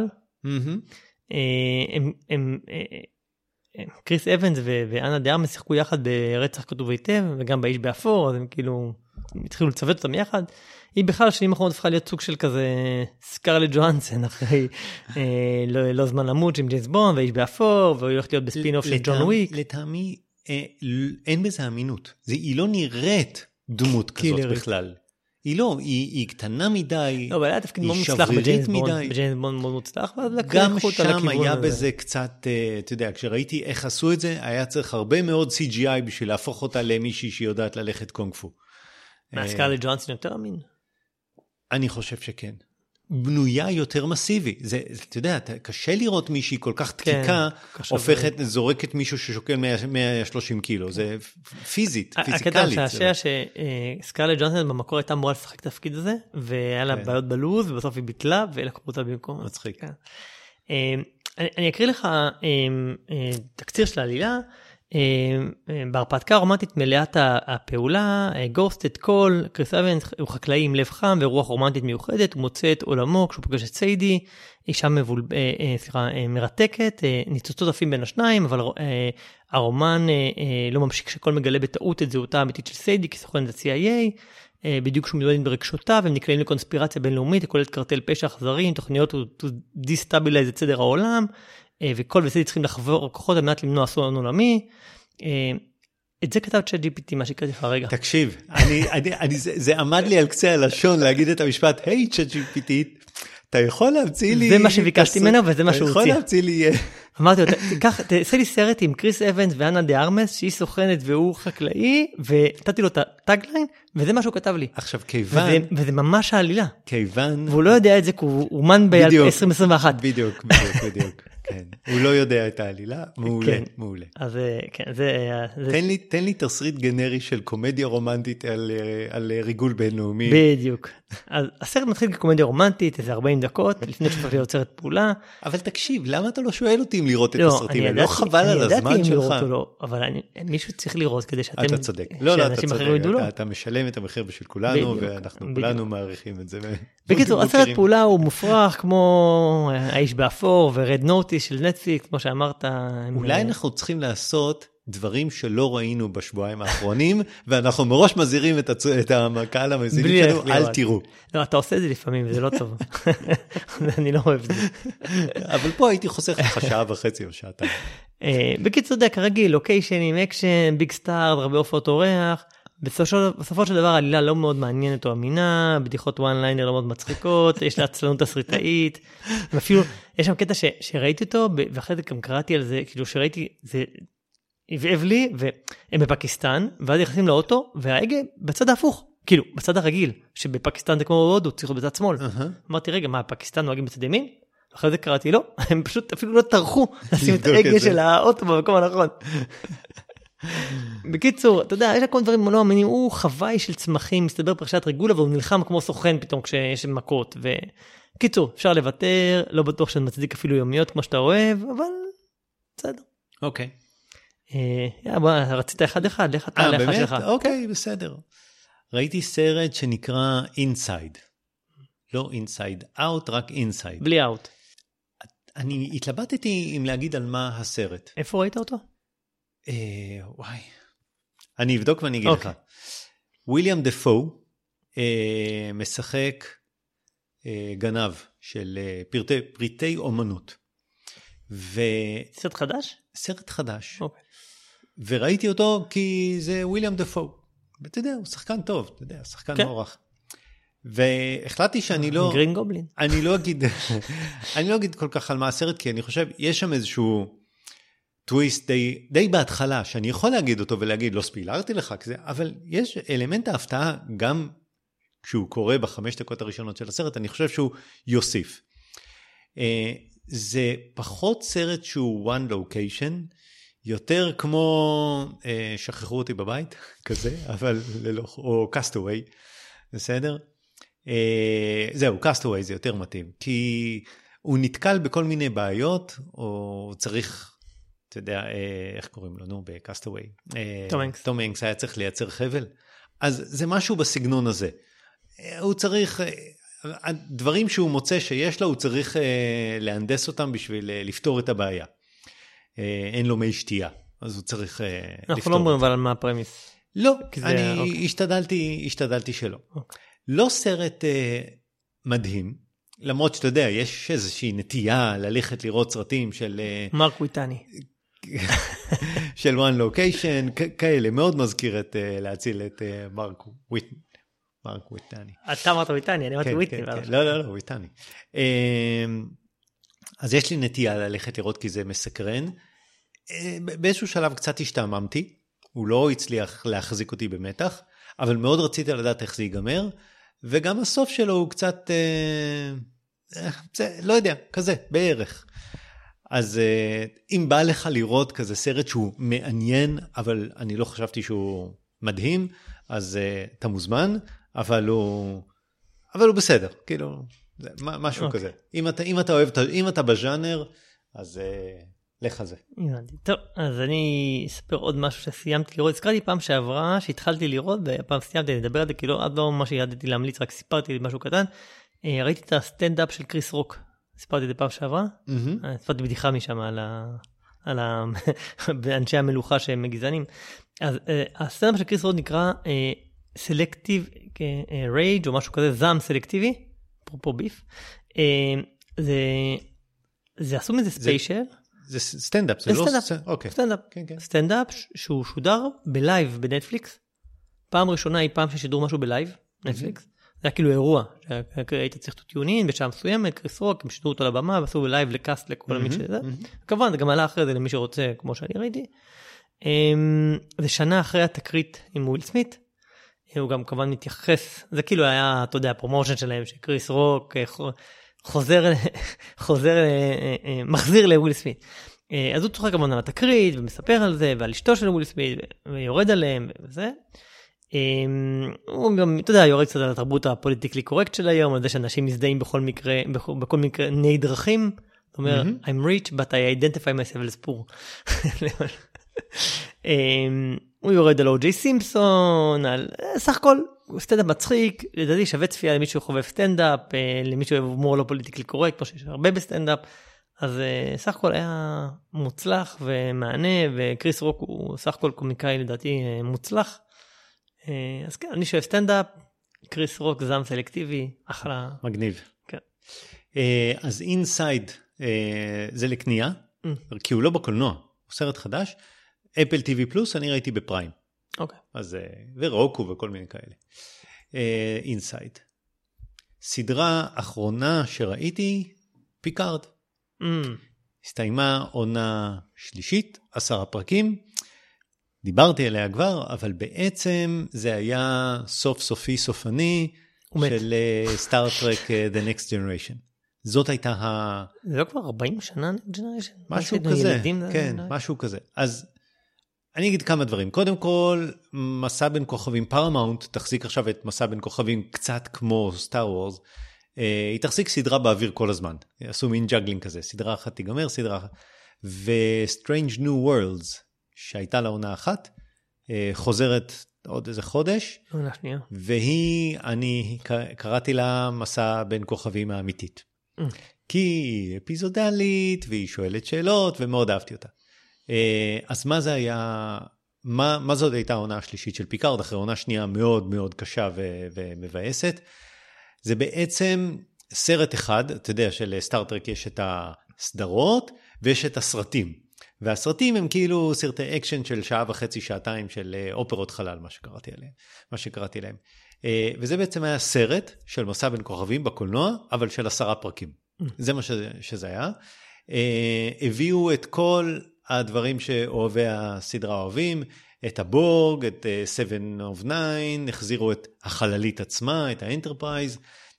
קריס אבנס ואנה דה ארמס שיחקו יחד ברצח כתוב היטב, וגם באיש באפור, אז הם כאילו התחילו לצוות אותם יחד. היא בכלל שנים האחרונות הפכה להיות סוג של כזה סקרלט ג'ואנסון, אחרי לא זמן למות עם ג'יימס בונד, והאיש באפור, והיא הולכת להיות בספין אוף של ג'ון וויק. לטעמי, אין בזה אמינות. היא לא נראית דמות כזאת בכלל. היא לא, היא קטנה מדי, לא, אבל היה תפקיד מאוד מוצלח בג'יימס בונד מאוד מוצלח, גם שם היה בזה קצת, אתה יודע, כשראיתי איך עשו את זה, היה צריך הרבה מאוד CGI בשביל להפוך אותה למישהי שיודעת ללכת קונג פו. סקרלט ג'ואנסון יותר אמין? אני חושב שכן. בנויה יותר מסיבי. זה, אתה יודע, קשה לראות מישהי כל כך דקיקה, הופכת, זורקת מישהו ששוקל 130 קילו. זה פיזית, פיזיקלית. הקטע השעשע שסקרלט ג'ואנסון במקור הייתה אמורה לשחק את התפקיד הזה, והיה לה בעיות בלוז, ובסוף היא ביטלה, ולקחו אותה במקום. מצחיק. אני אקריא לך תקציר של העלילה, בהרפתקה הרומנטית מלאת הפעולה, גוסטד קול, קריס אבנס הוא חקלאי עם לב חם ורוח רומנטית מיוחדת, הוא מוצא את עולמו כשהוא פוגש את סיידי, אישה מרתקת, ניצוצות עפים בין השניים, אבל הרומן לא ממשיך כשכל מגלה בטעות את זהותה האמיתית של סיידי, כי סוכנת ה-CIA, בדיוק כשהוא מתמודד ברגשותיו, הם נקלעים לקונספירציה בינלאומית, הכוללת קרטל פשע אכזרי, תוכניות to destabilize את סדר העולם, וכל וסיידי צריכים לחבור כוחות על מנת למנוע אסון עולמי. את זה כתב ChatGPT, מה שקראתי לך רגע. תקשיב, זה עמד לי על קצה הלשון להגיד את המשפט, היי ChatGPT, אתה יכול להמציא לי... זה מה שביקשתי ממנו וזה מה שהוא הציע. אתה יכול להמציא לי... אמרתי לו, תעשה לי סרט עם קריס אבנס ואנה דה ארמס, שהיא סוכנת והוא חקלאי, ונתתי לו את הטאגליין, וזה מה שהוא כתב לי. עכשיו, כיוון... וזה ממש העלילה. כיוון... והוא לא יודע את זה, כי הוא אומן ב-2021. בדיוק. כן, הוא לא יודע את העלילה, מעולה. אז כן, זה... תן לי תסריט גנרי של קומדיה רומנטית על ריגול בינלאומי. בדיוק. אז הסרט מתחיל כקומדיה רומנטית, איזה 40 דקות, לפני שצריך להיות סרט פעולה. אבל תקשיב, למה אתה לא שואל אותי אם לראות את הסרטים האלה? לא חבל על הזמן שלך. אבל מישהו צריך לראות כדי שאתם... אתה צודק. לא, אתה צודק. אתה משלם את המחיר בשביל כולנו, ואנחנו כולנו מעריכים את זה. בקיצור, הסרט פעולה הוא מופרך כמו האיש באפור ורד נוטיס של נטפליקס, כמו שאמרת. אולי אנחנו צריכים לעשות דברים שלא ראינו בשבועיים האחרונים, ואנחנו מראש מזהירים את הקהל המאזינים שלנו, אל תראו. לא, אתה עושה את זה לפעמים, וזה לא טוב. אני לא אוהב את זה. אבל פה הייתי חוסך לך שעה וחצי או שעתיים. בקיצור, כרגיל, לוקיישנים, אקשן, ביג סטאר, הרבה הופעות אורח. בסופו של דבר העלילה לא מאוד מעניינת או אמינה, בדיחות וואן ליינר לא מאוד מצחיקות, יש לה עצלנות תסריטאית, ואפילו יש שם קטע שראיתי אותו, ואחרי זה גם קראתי על זה, כאילו שראיתי, זה הבאב לי, והם בפקיסטן, ואז נכנסים לאוטו, וההגה בצד ההפוך, כאילו, בצד הרגיל, שבפקיסטן זה כמו הודו, צריך להיות בצד שמאל. אמרתי, רגע, מה, פקיסטן נוהגים בצד ימין? אחרי זה קראתי, לא, הם פשוט אפילו לא טרחו לשים את ההגה של האוטו במקום הנכון. בקיצור, אתה יודע, יש לה כל דברים לא אמינים, הוא חוואי של צמחים, מסתבר פרשת ריגול, אבל הוא נלחם כמו סוכן פתאום כשיש מכות, וקיצור, אפשר לוותר, לא בטוח שאני מצדיק אפילו יומיות כמו שאתה אוהב, אבל בסדר. אוקיי. בוא, רצית אחד, לך אתה על אחד שלך. אוקיי, בסדר. ראיתי סרט שנקרא Inside. לא Inside Out, רק Inside. בלי Out. אני התלבטתי אם להגיד על מה הסרט. איפה ראית אותו? וואי. אני אבדוק ואני אגיד לך. וויליאם דפו משחק גנב של פריטי אומנות. סרט חדש? סרט חדש. אוקיי. וראיתי אותו כי זה וויליאם דפו. ואתה יודע, הוא שחקן טוב, אתה יודע, שחקן מוערך. והחלטתי שאני לא... גרין גובלין. אני לא אגיד כל כך על מה הסרט, כי אני חושב, יש שם איזשהו טוויסט די בהתחלה, שאני יכול להגיד אותו ולהגיד, לא ספילרתי לך, אבל יש אלמנט ההפתעה, גם כשהוא קורה ב5 דקות הראשונות של הסרט, אני חושב שהוא יוסיף. זה פחות סרט שהוא one location, יותר כמו שכחו אותי בבית, כזה, אבל או Castaway, בסדר? זהו, Castaway זה יותר מתאים, כי הוא נתקל בכל מיני בעיות, או צריך, אתה יודע, איך קוראים לו, נו, ב-Castaway. תום הנקס היה צריך לייצר חבל. אז זה משהו בסגנון הזה. הוא צריך, הדברים שהוא מוצא שיש לו, הוא צריך להנדס אותם בשביל לפתור את הבעיה. אין לו מי שתייה, אז הוא צריך לפתור. אנחנו לא אומרים אבל על מה הפרמיס. לא, אני השתדלתי שלא. לא סרט מדהים, למרות שאתה יודע, יש איזושהי נטייה ללכת לראות סרטים של... מרק וויטני. של one location, כאלה, מאוד מזכיר להציל את מרק וויטני. אתה אמרת וויטני, אני אמרתי וויטני. לא, וויטני. אז יש לי נטייה ללכת לראות כי זה מסקרן. באיזשהו שלב קצת השתעממתי, הוא לא הצליח להחזיק אותי במתח, אבל מאוד רציתי לדעת איך זה ייגמר, וגם הסוף שלו הוא קצת, לא יודע, כזה, בערך. אז אם בא לך לראות כזה סרט שהוא מעניין, אבל אני לא חשבתי שהוא מדהים, אז אתה מוזמן, אבל הוא בסדר, כאילו, משהו כזה. אם אתה אוהב, אם אתה בז'אנר, אז לך על זה. טוב, אז אני אספר עוד משהו שסיימתי לראות. הזכרתי פעם שעברה, שהתחלתי לראות, והפעם סיימתי לדבר על זה, כאילו עד לא ממש ידעתי להמליץ, רק סיפרתי משהו קטן. ראיתי את הסטנדאפ של קריס רוק. סיפרתי את זה פעם שעברה. סיפרתי בדיחה משם על אנשי המלוכה שהם גזענים. אז הסטנדאפ של קריס רוק נקרא סלקטיב רייג' או משהו כזה, זעם סלקטיבי, פרופו ביף. זה עשו מזה ספיישל. זה סטנדאפ, זה לא סטנדאפ. סטנדאפ שהוא שודר בלייב בנטפליקס. פעם ראשונה היא פעם ששידרו משהו בלייב, נטפליקס. זה היה כאילו אירוע, היית צריך את טיונין, בשעה מסוימת, קריס רוק, הם שידרו אותו לבמה, ועשו בלייב לקאסט לכל מי שזה. כמובן, זה גם עלה אחרי זה למי שרוצה, כמו שאני ראיתי. זה שנה אחרי התקרית עם וויל סמית. הוא גם כמובן מתייחס, זה כאילו היה, אתה יודע, הפרומושן שלהם, שקריס רוק מחזיר לוויל סמית. אז הוא צוחק כמובן על התקרית, ומספר על זה, ועל אשתו של וויל סמית, ויורד עליהם, וזה. הוא גם, אתה יודע, יורד קצת על התרבות הפוליטיקלי קורקט של היום, על זה שאנשים מזדהים בכל מקרה ני דרכים. זאת אומרת, I'm rich, but I identify myself as poor. הוא יורד על אוג'יי סימפסון, על סך הכל סטנדאפ מצחיק, לדעתי שווה צפייה למישהו חובב סטנדאפ, למישהו אוהב הומור לא פוליטיקלי קורקט, כמו שיש הרבה בסטנדאפ, אז סך הכל היה מוצלח ומענה, וקריס רוק הוא סך הכל קומיקאי לדעתי מוצלח, אז כן, אני שאוהב סטנדאפ, קריס רוק זעם סלקטיבי, אחלה. מגניב. כן. אז אינסייד זה לקנייה, כי הוא לא בקולנוע, הוא סרט חדש, אפל TV פלוס, אני ראיתי בפריים. אוקיי. אז, ורוקו וכל מיני כאלה. אינסייד. סדרה אחרונה שראיתי, פיקארד. הסתיימה עונה שלישית, 10 פרקים. דיברתי עליה כבר, אבל בעצם זה היה סופי סופני של סטאר טרק The Next Generation. זאת הייתה זה לא כבר 40 שנה Next Generation? משהו כזה, כן, משהו כזה. אז אני אגיד כמה דברים. קודם כל, מסע בין כוכבים, פרמאונט תחזיק עכשיו את מסע בין כוכבים קצת כמו סטאר וורס, היא תחזיק סדרה באוויר כל הזמן. עשו מין ג'אגלינג כזה, סדרה אחת תיגמר, סדרה אחת. ו-Strange New Worlds, שהייתה לה עונה אחת, חוזרת עוד איזה חודש, והיא, אני קראתי לה מסע בין כוכבים האמיתית. כי היא אפיזודלית, והיא שואלת שאלות, ומאוד אהבתי אותה. אז מה זה היה, מה זאת הייתה העונה השלישית של פיקארד, אחרי עונה שנייה מאוד מאוד קשה ומבאסת? זה בעצם סרט אחד, אתה יודע, של סטאר טרק יש את הסדרות, ויש את הסרטים. והסרטים הם כאילו סרטי אקשן של שעה וחצי, שעתיים של אופרות חלל, מה שקראתי להם. וזה בעצם היה סרט של מסע בין כוכבים בקולנוע, אבל של 10 פרקים. זה מה שזה היה. הביאו את כל הדברים שאוהבי הסדרה אוהבים, את הבורג, את 7 of 9, החזירו את החללית עצמה, את האנטרפרייז,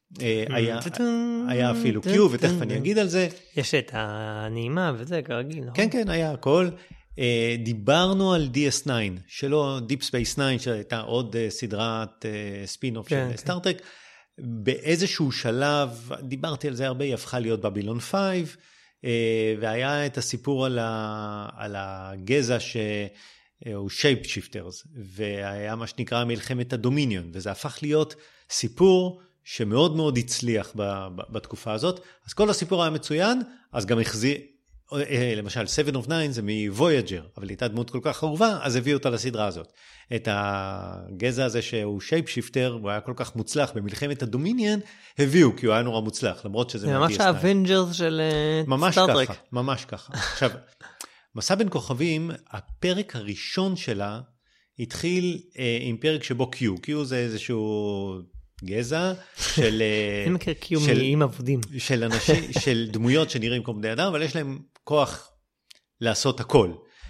היה אפילו קיו, ותכף אני אגיד על זה. יש את הנעימה וזה כרגיל, נכון? כן, כן, היה הכל. דיברנו על DS9, שלא Deep Space 9, שהייתה עוד סדרת ספין-אוף של סטארטרק. באיזשהו שלב, דיברתי על זה הרבה, היא הפכה להיות בבילון 5, והיה את הסיפור על הגזע שהוא שייפ שיפטרס, והיה מה שנקרא מלחמת הדומיניון, וזה הפך להיות סיפור שמאוד מאוד הצליח בתקופה הזאת. אז כל הסיפור היה מצוין, אז גם החזיר, למשל 7 of 9 זה מוויאג'ר, אבל הייתה דמות כל כך אהובה, אז הביאו אותה לסדרה הזאת. את הגזע הזה שהוא שייפ שיפטר, הוא היה כל כך מוצלח במלחמת הדומיניון, הביאו, כי הוא היה נורא מוצלח, למרות שזה זה ממש האבנג'רס של סטארטרק. ממש ככה. עכשיו, מסע בין כוכבים, הפרק הראשון שלה, התחיל עם פרק שבו קיו זה איזשהו גזע של... אני מכיר קיו מאיים עבודים. של אנשים, של דמויות שנראים כמו בני אדם, אבל יש להם כוח לעשות הכל.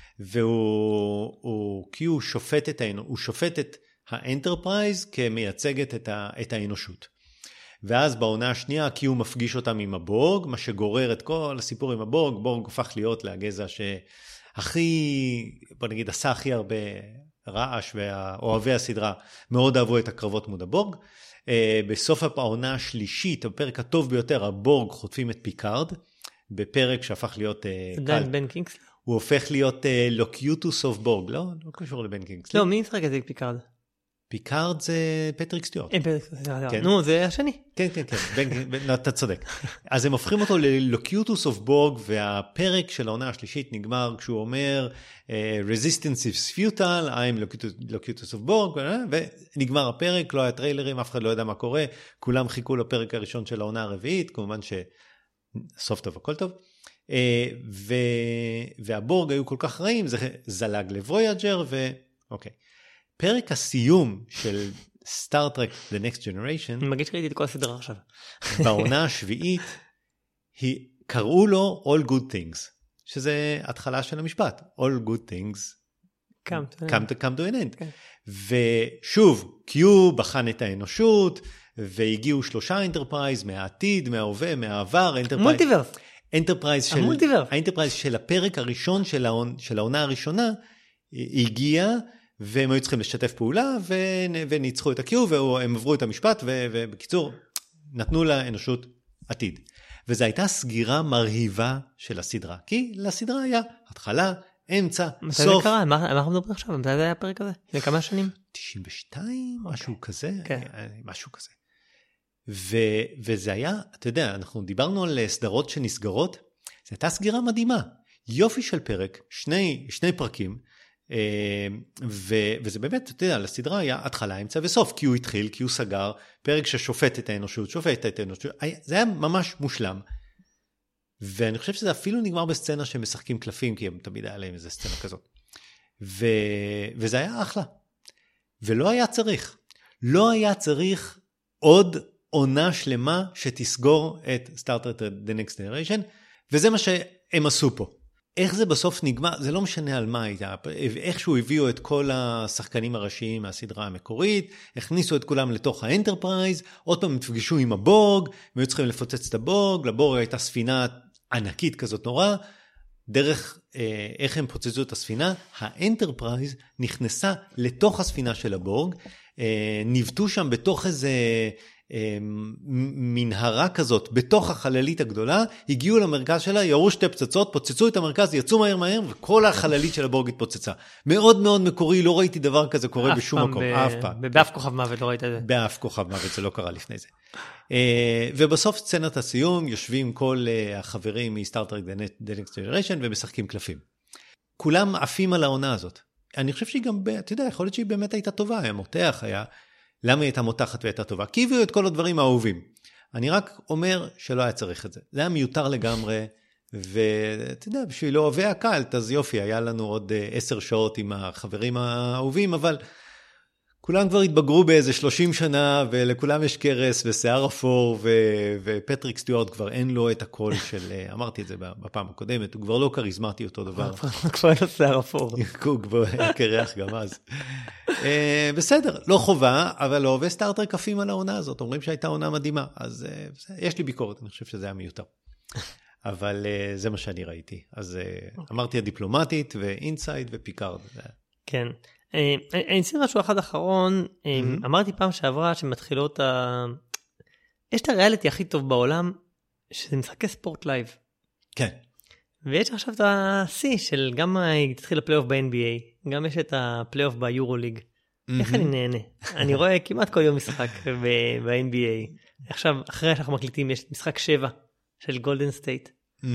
קיו שופט את האנטרפרייז כמייצגת את האנושות. ואז בעונה השנייה קיו מפגיש אותם עם הבורג, מה שגורר את כל הסיפור עם הבורג. בורג הופך להיות לגזע בוא נגיד, עשה הכי הרבה רעש, ואוהבי הסדרה מאוד אהבו את הקרבות מול הבורג. בסוף העונה השלישית, בפרק הטוב ביותר, הבורג חוטפים את פיקארד, בפרק שהפך להיות... דן בן קינגסלי? הוא הופך להיות לוקיוטוס אוף בורג, לא קשור לבן קינגסלי. לא, מי ישחק את זה פיקארד? פיקארד זה פטריק סטיוארט. נו, זה השני. כן, אתה צודק. אז הם הופכים אותו ללוקיוטוס אוף בורג, והפרק של העונה השלישית נגמר כשהוא אומר, Resistance is futile, I'm locutus of Borg, ונגמר הפרק, לא היה טריילרים, אף אחד לא ידע מה קורה, כולם חיכו לפרק הראשון של העונה הרביעית, כמובן שסוף טוב, הכל טוב. והבורג היו כל כך רעים, זה זלג לוויאג'ר, ואוקיי. פרק הסיום של סטארטרק The Next Generation, אני מרגיש שראיתי את כל הסדרה עכשיו. בעונה השביעית, קראו לו All Good Things, שזה התחלה של המשפט. All Good Things come to an end. ושוב, קיו בחן את האנושות, והגיעו 3 אנטרפרייז מהעתיד, מההווה, מהעבר. מולטיברס. האנטרפרייז של הפרק הראשון של העונה הראשונה, הגיע, והם היו צריכים לשתף פעולה, וניצחו את הקיו, והם עברו את המשפט, ובקיצור, נתנו לאנושות עתיד. וזו הייתה סגירה מרהיבה של הסדרה, כי לסדרה היה התחלה, אמצע, סוף. מתי זה קרה? מה אנחנו מדברים עכשיו? מתי זה היה הפרק הזה? זה כמה שנים? 92, משהו כזה. משהו כזה. וזה היה, אתה יודע, אנחנו דיברנו על סדרות שנסגרות, זו הייתה סגירה מדהימה. יופי של פרק, שני פרקים, וזה באמת, אתה יודע, לסדרה היה התחלה, אמצע וסוף, כי הוא התחיל, כי הוא סגר, פרק ששופט את האנושות, זה היה ממש מושלם. ואני חושב שזה אפילו נגמר בסצנה שהם משחקים קלפים, כי הם תמיד היה להם איזה סצנה כזאת. וזה היה אחלה. ולא היה צריך עוד עונה שלמה שתסגור את סטארטרק The Next Generation, וזה מה שהם עשו פה. איך זה בסוף נגמר, זה לא משנה על מה הייתה, איכשהו הביאו את כל השחקנים הראשיים מהסדרה המקורית, הכניסו את כולם לתוך האנטרפרייז, עוד פעם התפגשו עם הבורג, והיו צריכים לפוצץ את הבורג, לבורג הייתה ספינה ענקית כזאת נורא, דרך איך הם פוצצו את הספינה, האנטרפרייז נכנסה לתוך הספינה של הבורג, נבטו שם בתוך איזה מנהרה כזאת, בתוך החללית הגדולה, הגיעו למרכז שלה, ירו 2 פצצות, פוצצו את המרכז, יצאו מהר, וכל החללית של הבורג התפוצצה. מאוד מאוד מקורי, לא ראיתי דבר כזה קורה בשום מקום, אף פעם. באף כוכב מוות לא ראית את זה. באף כוכב מוות, זה לא קרה לפני זה. ובסוף סצנת הסיום, יושבים כל החברים מסטארטרק The Next Generation, ומשחקים קלפים. כולם עפים על העונה הזאת. אני חושב שהיא גם, אתה יודע, יכול להיות שהיא באמת הייתה טובה, היה מותח, למה היא הייתה מותחת והייתה טובה? כי הביאו את כל הדברים האהובים. אני רק אומר שלא היה צריך את זה. זה היה מיותר לגמרי, ואתה יודע, בשביל אוהבי הקלט, אז יופי, היה לנו עוד 10 שעות עם החברים האהובים, אבל כולם כבר התבגרו באיזה 30 שנה, ולכולם יש קרס ושיער אפור, ופטריק סטיוארט כבר אין לו את הקול של, אמרתי את זה בפעם הקודמת, הוא כבר לא כריזמטי אותו דבר. כבר אין לו שיער אפור. הוא כבר היה קרח גם אז. בסדר, לא חובה, אבל אוהבי סטארטרק עפים על העונה הזאת, אומרים שהייתה עונה מדהימה, אז יש לי ביקורת, אני חושב שזה היה מיותר. אבל זה מה שאני ראיתי. אז אמרתי הדיפלומטית, ואינסייד ופיקארד. כן. אני אציע משהו אחד אחרון, אמרתי פעם שעברה שמתחילות יש את הריאליטי הכי טוב בעולם, שזה משחקי ספורט לייב. כן. ויש עכשיו את ה-C של גם תתחיל הפלייאוף ב-NBA, גם יש את הפלייאוף ביורוליג. איך אני נהנה? אני רואה כמעט כל יום משחק ב-NBA. עכשיו, אחרי שאנחנו מקליטים, יש משחק 7 של גולדן סטייט,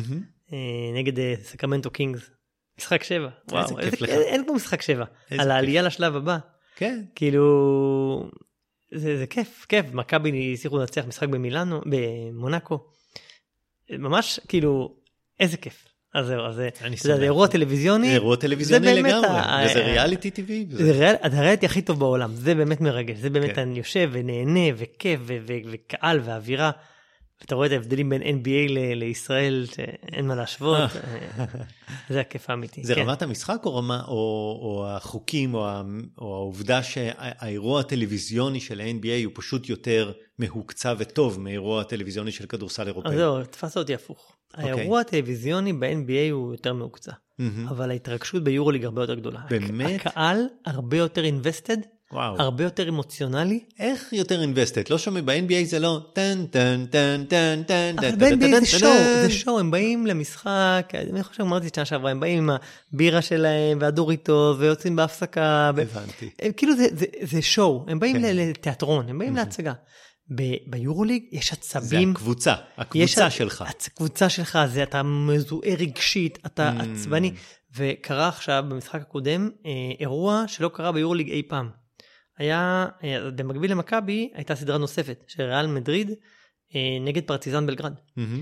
נגד סקרמנטו קינגס. משחק 7, וואו, אין כמו משחק 7, על העלייה לשלב הבא. כן. כאילו, זה כיף, כיף. מכבי הצליחו לנצח משחק במילאנו, במונקו. ממש, כאילו, איזה כיף. אז זהו, זה אירוע טלוויזיוני. אירוע טלוויזיוני לגמרי, וזה ריאליטי טבעי. זה הריאליטי הכי טוב בעולם, זה באמת מרגש, זה באמת אני יושב ונהנה וכיף וקהל ואווירה. אתה רואה את ההבדלים בין NBA לישראל, שאין מה להשוות, זה הכיף האמיתי. זה רמת המשחק או החוקים, או העובדה שהאירוע הטלוויזיוני של ה-NBA הוא פשוט יותר מהוקצה וטוב מאירוע הטלוויזיוני של כדורסל אירופאי? אז זהו, תפס אותי הפוך. האירוע הטלוויזיוני ב-NBA הוא יותר מהוקצה, אבל ההתרגשות ביורוליג הרבה יותר גדולה. באמת? הקהל הרבה יותר invested, הרבה יותר אמוציונלי. איך יותר invested? לא שומע, ב-NBA זה לא טן טן טן טן טן. אבל ב-NBA זה שואו, הם באים למשחק, אני חושב שאמרתי שנה שעברה, הם באים עם הבירה שלהם והדוריטוס ויוצאים בהפסקה. הבנתי. כאילו זה שואו, הם באים לתיאטרון, הם באים להצגה. ביורוליג יש עצבים. זה הקבוצה שלך. הקבוצה שלך, זה אתה מזוהה רגשית, אתה עצבני. וקרה עכשיו במשחק הקודם, אירוע שלא קרה ביורוליג אי פעם. היה, במקביל למכבי, הייתה סדרה נוספת, של ריאל מדריד, נגד פרטיזן בלגרד.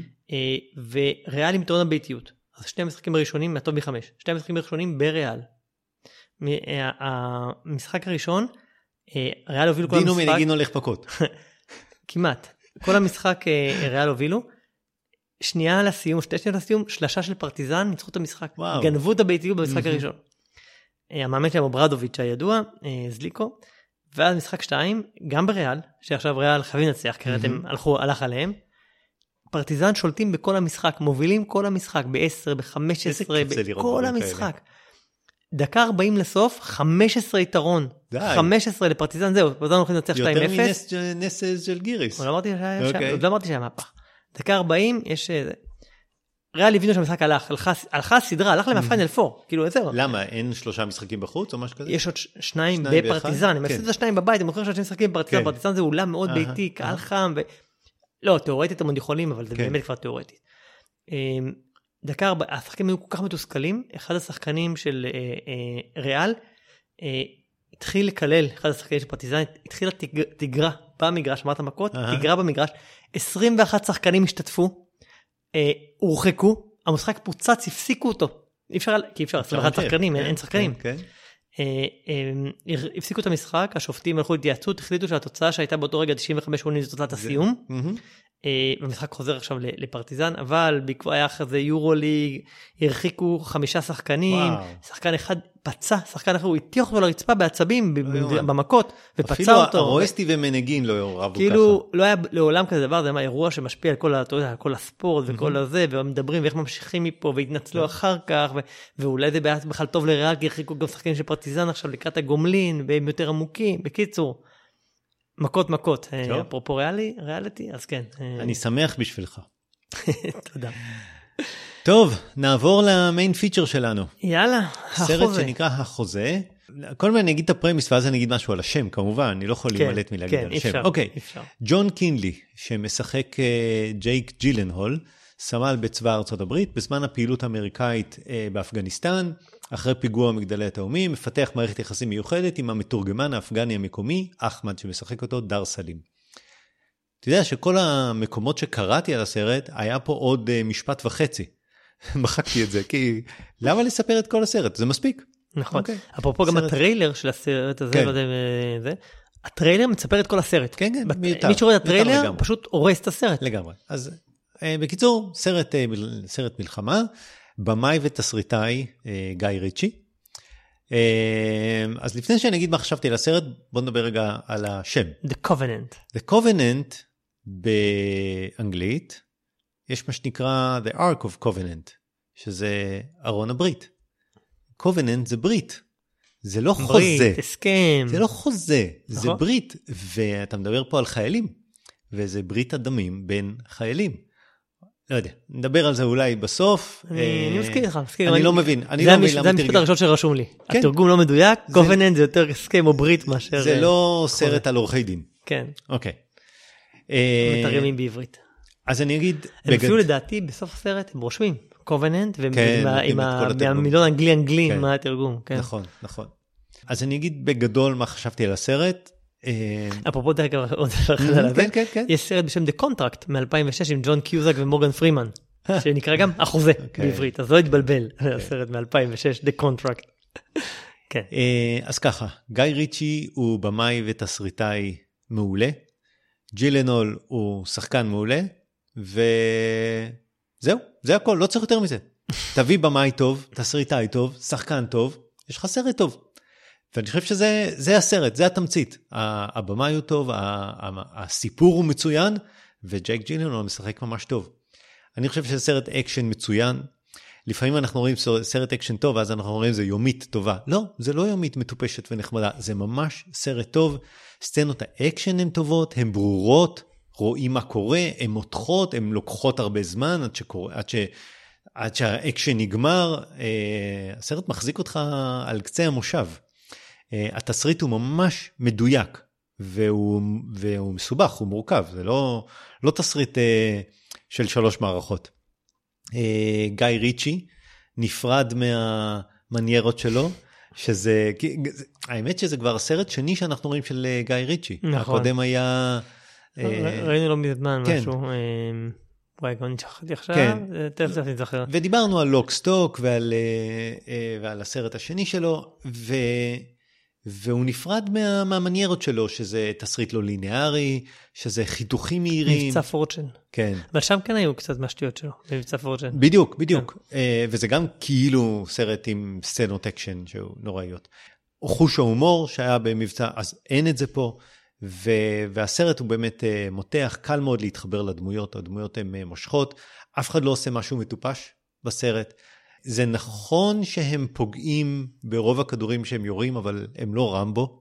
וריאל עם יתרון הביתיות. אז שני המשחקים הראשונים, מהטוב מ5. שני המשחקים הראשונים בריאל. המשחק הראשון, ריאל הובילו כל המשחק. דינו מנגינו הולך פקות. כמעט. כל המשחק ריאל הובילו. שנייה לסיום, 2 שניות לסיום, שלשה של פרטיזן, ניצחו את המשחק. גנבו את הביתיות במשחק הראשון. המאמן שלהם ברדוביץ' הידוע, זליקו. ואז משחק 2, גם בריאל, שעכשיו ריאל חייבים לנצח, כי הם הלך עליהם. פרטיזן שולטים בכל המשחק, מובילים כל המשחק, ב-10, ב-15, בכל המשחק. דקה 40 לסוף, 15 יתרון. 15 לפרטיזן, זהו, פרטיזן הולכים לנצח 2-0. יותר מנסס של גיריס. עוד לא אמרתי שהיה מהפך. דקה 40, יש... ריאל הבינו שהמשחק הלכה הסדרה, הלך להם הפיינל 4, כאילו איזה... למה, אין 3 משחקים בחוץ או משהו כזה? יש עוד 2 בפרטיזן, הם הפסידו את 2 בבית, הם מוכרים 2 משחקים בפרטיזן, פרטיזן זה אולם מאוד ביתי, קהל חם, לא, תיאורטית הם עוד יכולים, אבל זה באמת כבר תיאורטית. דקה 40, השחקנים היו כל כך מתוסכלים, אחד השחקנים של ריאל, התחיל לקלל, אחד השחקנים של פרטיזן, התחילה תגרה במגרש, אמרת מכות, תגרה במגרש, 21 שחקנים השתתפו, הורחקו, המשחק פוצץ, הפסיקו אותו, אי אפשר, כי אי אפשר, 21 שחקנים, אין שחקנים. הפסיקו את המשחק, השופטים הלכו להתייעצות, החליטו שהתוצאה שהייתה באותו רגע 95-80 זו תוצאת הסיום, המשחק חוזר עכשיו לפרטיזן, אבל בעקבות היה אחרי יורוליג, הרחיקו 5 שחקנים, שחקן אחד פצע, שחקן אחר הוא הטיח אותו לרצפה בעצבים, במכות, ופצע אותו. אפילו הרואסטי ומנגין לא יורבו ככה. כאילו, לא היה לעולם כזה דבר, זה היה אירוע שמשפיע על כל הספורט וכל הזה, ומדברים ואיך ממשיכים מפה, והתנצלו אחר כך, ואולי זה בכלל טוב לריאל, כי הרחיקו גם שחקנים של פרטיזן עכשיו לקראת הגומלין, והם יותר עמוקים, בקיצור. מכות, אפרופו ריאליטי, אז כן. אני שמח בשבילך. תודה. טוב, נעבור למיין פיצ'ר שלנו. יאללה, החוזה. סרט שנקרא החוזה. כל מיני אני אגיד את הפרמיס, ואז אני אגיד משהו על השם, כמובן, אני לא יכול להימלט מלהגיד על השם. אוקיי, ג'ון קינלי, שמשחק ג'ייק ג'ילנהול, סמל בצבא ארצות הברית, בזמן הפעילות האמריקאית באפגניסטן, אחרי פיגוע מגדלי התאומים, מפתח מערכת יחסים מיוחדת עם המתורגמן האפגני המקומי, אחמד, שמשחק אותו, דר סלים. אתה יודע שכל המקומות שקראתי על הסרט, היה פה עוד משפט וחצי. מחקתי את זה, כי למה לספר את כל הסרט? זה מספיק. נכון. אפרופו גם הטריילר של הסרט הזה, לא יודע אם זה, הטריילר מצפר את כל הסרט. כן, כן, מיותר. מי שרואה את הטריילר פשוט הורס את הסרט. לגמרי. אז בקיצור, סרט מלחמה, במאי ותסריטאי גיא ריצ'י. אז לפני שאני אגיד מה חשבתי על הסרט, בוא נדבר רגע על השם. The Covenant. The Covenant באנגלית, יש מה שנקרא The Ark of Covenant, שזה ארון הברית. Covenant זה ברית. זה לא חוזה. ברית, הסכם. זה לא חוזה, זה ברית. ואתה מדבר פה על חיילים, וזה ברית הדמים בין חיילים. לא יודע, נדבר על זה אולי בסוף. אני מסכים איתך, מסכים. אני לא מבין. זה המשפט הראשון שרשום לי. התרגום לא מדויק, קובננט זה יותר הסכם או ברית מאשר... זה לא סרט על עורכי דין. כן. אוקיי. מתרגמים בעברית. אז אני אגיד... אפילו לדעתי בסוף הסרט הם רושמים קובננט, עם המילון אנגלי מה התרגום. נכון, נכון. אז אני אגיד בגדול מה חשבתי על הסרט. אפרופו דרך עוד יש סרט בשם The Contract מ-2006 עם ג'ון קיוזק ומורגן פרימן, שנקרא גם החוזה בעברית, אז לא התבלבל, הסרט מ-2006, The Contract. אז ככה, גיא ריצ'י הוא במאי ותסריטאי מעולה, ג'ילנול הוא שחקן מעולה, וזהו, זה הכל, לא צריך יותר מזה. תביא במאי טוב, תסריטאי טוב, שחקן טוב, יש לך סרט טוב. ואני חושב שזה הסרט, זה התמצית. הבמה הוא טוב, הסיפור הוא מצוין, וג'ייק ג'ילנול משחק ממש טוב. אני חושב שזה סרט אקשן מצוין. לפעמים אנחנו רואים סרט אקשן טוב, אז אנחנו רואים זה יומית טובה. לא, זה לא יומית מטופשת ונחמדה, זה ממש סרט טוב. סצנות האקשן הן טובות, הן ברורות, רואים מה קורה, הן מותחות, הן לוקחות הרבה זמן עד שהאקשן נגמר. הסרט מחזיק אותך על קצה המושב. התסריט הוא ממש מדויק, והוא מסובך, הוא מורכב, זה לא תסריט של 3 מערכות. גיא ריצ'י נפרד מהמניירות שלו, האמת שזה כבר הסרט שני שאנחנו רואים של גיא ריצ'י. הקודם היה... ראינו לא מזמן משהו... וואי, גם נשכחתי עכשיו, תכף נזכר. ודיברנו על לוק סטוק ועל הסרט השני שלו, והוא נפרד מהמניירות שלו, שזה תסריט לא ליניארי, שזה חיתוכים מהירים. מבצע פורצ'ן. כן. אבל שם כן היו קצת מהשטויות שלו, מבצע פורצ'ן. בדיוק. וזה גם כאילו סרט עם סצנות אקשן שהוא נוראיות. חוש ההומור שהיה במבצע, אז אין את זה פה, והסרט הוא באמת מותח, קל מאוד להתחבר לדמויות, הדמויות הן מושכות, אף אחד לא עושה משהו מטופש בסרט. זה נכון שהם פוגעים ברוב הכדורים שהם יורים, אבל הם לא רמבו.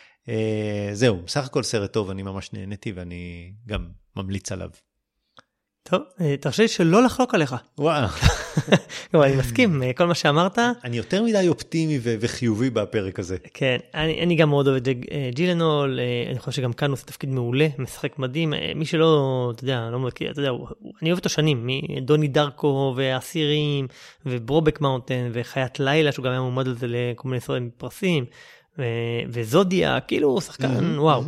זהו, בסך הכל סרט טוב, אני ממש נהניתי ואני גם ממליץ עליו. טוב, תרשה לי שלא לחלוק עליך. וואו. אני מסכים, כל מה שאמרת. אני יותר מדי אופטימי וחיובי בפרק הזה. כן, אני גם מאוד אוהב את ג'ילנול, אני חושב שגם כאן הוא עושה תפקיד מעולה, משחק מדהים, מי שלא, אתה יודע, לא מכיר, אתה יודע, אני אוהב אותו שנים, מדוני דרקו והאסירים, וברובק מאונטן, וחיית לילה, שהוא גם היה מועמד לזה לכל מיני סרטים פרסים, וזודיה, כאילו הוא שחקן, וואו.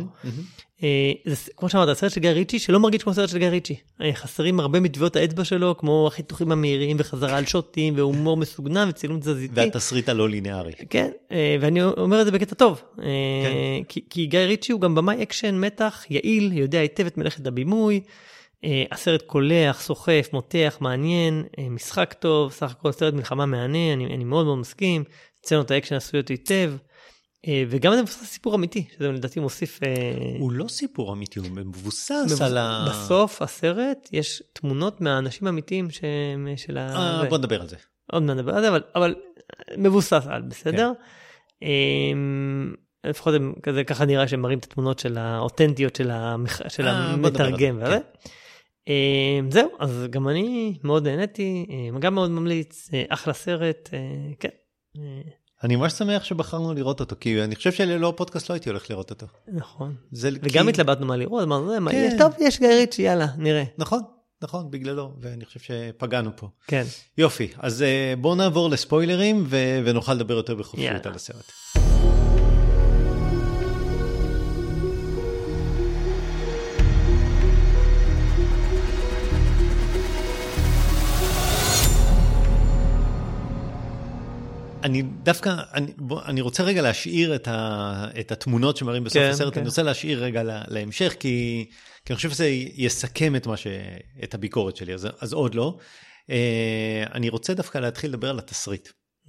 כמו שאמרת, הסרט של גיא ריצ'י, שלא מרגיש כמו סרט של גיא ריצ'י. חסרים הרבה מטביעות האצבע שלו, כמו החיתוכים המהירים וחזרה על שוטים, והומור מסוגנן וצילום תזזיתי. והתסריט הלא ליניארי. כן, ואני אומר את זה בקטע טוב. כי גיא ריצ'י הוא גם במאי אקשן מתח, יעיל, יודע היטב את מלאכת הבימוי, הסרט קולח, סוחף, מותח, מעניין, משחק טוב, סך הכל סרט מלחמה מענה, אני מאוד מאוד מסכים, סצנות האקשן עשויות היטב, וגם זה מבוסס סיפור אמיתי, שזה לדעתי מוסיף... הוא לא סיפור אמיתי, הוא מבוסס על ה... בסוף הסרט יש תמונות מהאנשים האמיתיים של ה... בוא נדבר על זה. עוד נדבר על זה, אבל מבוסס על, בסדר? לפחות ככה נראה שהם מראים את התמונות של האותנטיות של המתרגם. זהו, אז גם אני מאוד נהניתי, גם מאוד ממליץ, אחלה סרט, כן. אני ממש שמח שבחרנו לראות אותו, כי אני חושב שללא הפודקאסט לא הייתי הולך לראות אותו. נכון. וגם התלבטנו מה לראות, אמרנו, טוב, יש גיא ריצ'י, יאללה, נראה. נכון, בגללו, ואני חושב שפגענו פה. כן. יופי, אז בואו נעבור לספוילרים, ונוכל לדבר יותר בחופשיות על הסרט. אני דווקא, אני רוצה רגע להשאיר את התמונות שמראים בסוף הסרט, אני רוצה להשאיר רגע להמשך, כי אני חושב שזה יסכם את הביקורת שלי, אז עוד לא. אני רוצה דווקא להתחיל לדבר על התסריט.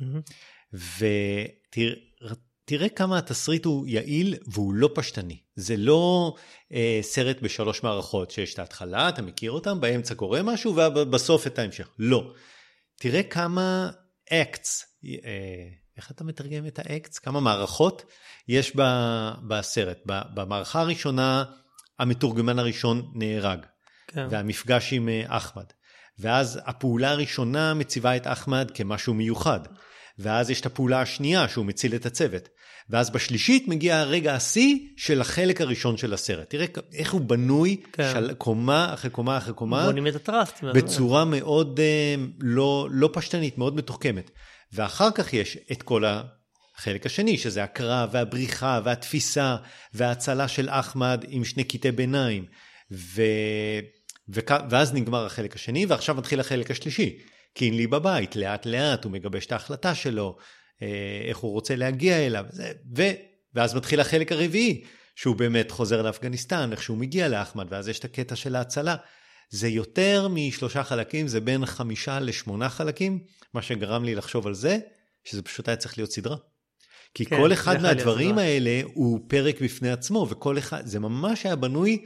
ותראה כמה התסריט הוא יעיל והוא לא פשטני. זה לא סרט בשלוש מערכות, שיש את ההתחלה, אתה מכיר אותם, באמצע קורה משהו, ובסוף את ההמשך. לא. תראה כמה אקטס, איך אתה מתרגם את האקטס? כמה מערכות יש בסרט. במערכה הראשונה, המתורגמן הראשון נהרג, והמפגש עם אחמד. ואז הפעולה הראשונה מציבה את אחמד כמשהו מיוחד. ואז יש את הפעולה השנייה שהוא מציל את הצוות. ואז בשלישית מגיע הרגע השיא של החלק הראשון של הסרט. תראה איך הוא בנוי, של קומה אחרי קומה אחרי קומה. בונים את הטרסט. בצורה מאוד לא פשטנית, מאוד מתוחכמת. ואחר כך יש את כל החלק השני, שזה הקרב והבריחה והתפיסה וההצלה של אחמד עם שני קטעי ביניים. ואז נגמר החלק השני, ועכשיו מתחיל החלק השלישי. קינלי בבית, לאט לאט הוא מגבש את ההחלטה שלו, איך הוא רוצה להגיע אליו, ואז מתחיל החלק הרביעי, שהוא באמת חוזר לאפגניסטן, איך שהוא מגיע לאחמד, ואז יש את הקטע של ההצלה. זה יותר מ3 חלקים, זה בין 5 ל8 חלקים, מה שגרם לי לחשוב על זה, שזה פשוט היה צריך להיות סדרה. כי כל אחד מהדברים האלה הוא פרק בפני עצמו, וכל אחד, זה ממש היה בנוי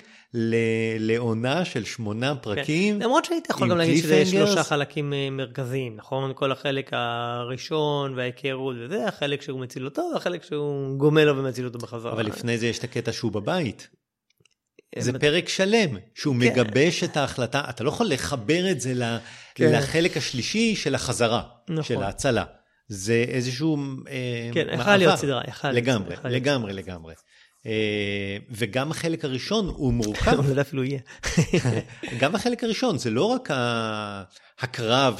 לעונה של 8 פרקים. למרות שהיית יכול גם להגיד שזה 3 חלקים מרכזיים, נכון? כל החלק הראשון וההיכרות וזה, החלק שהוא מציל אותו, והחלק שהוא גומל לו ומציל אותו בחזרה. אבל לפני זה יש את הקטע שהוא בבית. זה פרק שלם, שהוא מגבש את ההחלטה, אתה לא יכול לחבר את זה לחלק השלישי של החזרה, של ההצלה. זה איזשהו כן, יכול להיות סדרה. לגמרי. וגם החלק הראשון הוא מורכב. זה אפילו יהיה. גם החלק הראשון, זה לא רק הקרב,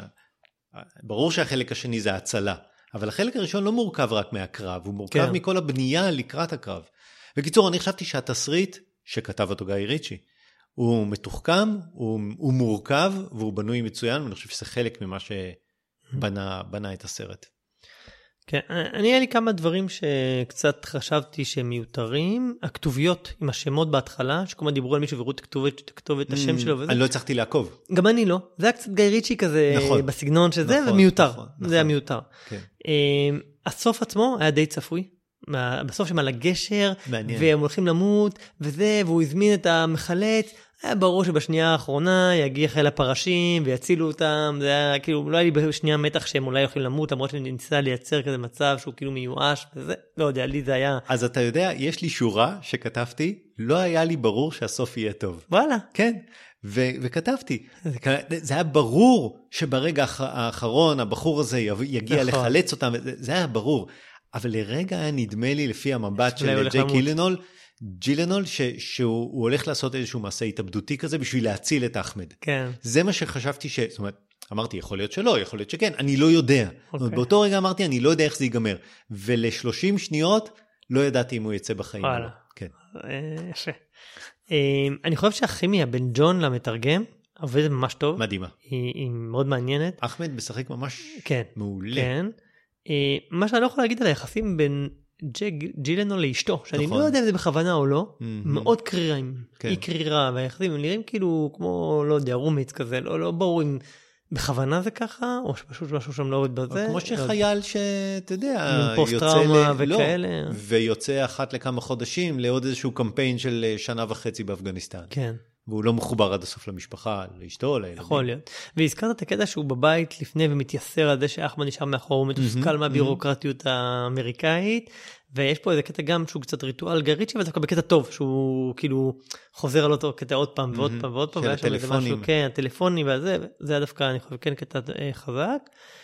ברור שהחלק השני זה ההצלה, אבל החלק הראשון לא מורכב רק מהקרב, הוא מורכב מכל הבנייה לקראת הקרב. בקיצור, אני חשבתי שהתסריט שכתב אותו גיא ריצ'י, הוא מתוחכם, הוא מורכב, והוא בנוי מצוין, ואני חושב שזה חלק ממה בנה את הסרט. כן, היה לי כמה דברים שקצת חשבתי שהם מיותרים. הכתוביות עם השמות בהתחלה, שכמה דיברו על מישהו וראו תכתוב את השם שלו וזה. אני לא הצלחתי לעקוב. גם אני לא. זה היה קצת גיא ריצ'י כזה בסגנון שזה, ומיותר. זה היה מיותר. הסוף עצמו היה די צפוי. בסוף שם על הגשר, והם הולכים למות, וזה, והוא הזמין את המחלץ, היה ברור שבשנייה האחרונה יגיע חיל הפרשים ויצילו אותם, זה היה כאילו, לא היה לי בשנייה מתח שהם אולי יכולים למות, למרות שניסה לייצר כזה מצב שהוא כאילו מיואש, וזה, לא יודע, לי זה היה... אז אתה יודע, יש לי שורה שכתבתי, לא היה לי ברור שהסוף יהיה טוב. וואלה. כן, וכתבתי, זה היה ברור שברגע האחרון הבחור הזה יגיע לחלץ אותם, זה היה ברור, אבל לרגע היה נדמה לי לפי המבט של ג'ייק ג'ילנול, שהוא הולך לעשות איזשהו מעשה התאבדותי כזה, בשביל להציל את אחמד. כן. זה מה שחשבתי זאת אומרת, אמרתי, יכול להיות שלא, יכול להיות שכן, אני לא יודע. באותו רגע אמרתי, אני לא יודע איך זה ייגמר. ול30 שניות, לא ידעתי אם הוא יצא בחיים. וואלה. כן. יפה. אני חושב שהכימיה בין ג'ון למתרגם, עובדת ממש טוב. מדהימה. היא מאוד מעניינת. אחמד משחק ממש מעולה. כן. מה שאני לא יכול להגיד על היחסים בין ג'ילנול לאשתו, שאני לא יודע אם זה בכוונה או לא, מאוד קרירים, היא קרירה, והיחסים הם נראים כאילו כמו, לא יודע, רומיץ כזה, לא ברור אם בכוונה זה ככה, או שפשוט משהו שם לא עובד בזה. כמו שחייל שאתה יודע, פוסט-טראומה וכאלה. ויוצא אחת לכמה חודשים לעוד איזשהו קמפיין של 1.5 שנה באפגניסטן. כן. והוא לא מחובר עד הסוף למשפחה, לאשתו, לילדים. יכול להיות. והזכרת את הקטע שהוא בבית לפני ומתייסר על זה שאחמד נשאר מאחור, הוא מתוסכל מהבירוקרטיות האמריקאית, ויש פה איזה קטע גם שהוא קצת ריטואל גיא ריצ'י, אבל זה בקטע טוב, שהוא כאילו חוזר על אותו קטע עוד פעם ועוד פעם ועוד פעם, של הטלפונים. כן, הטלפונים והזה, זה היה דווקא, אני חושב, כן, קטע חזק.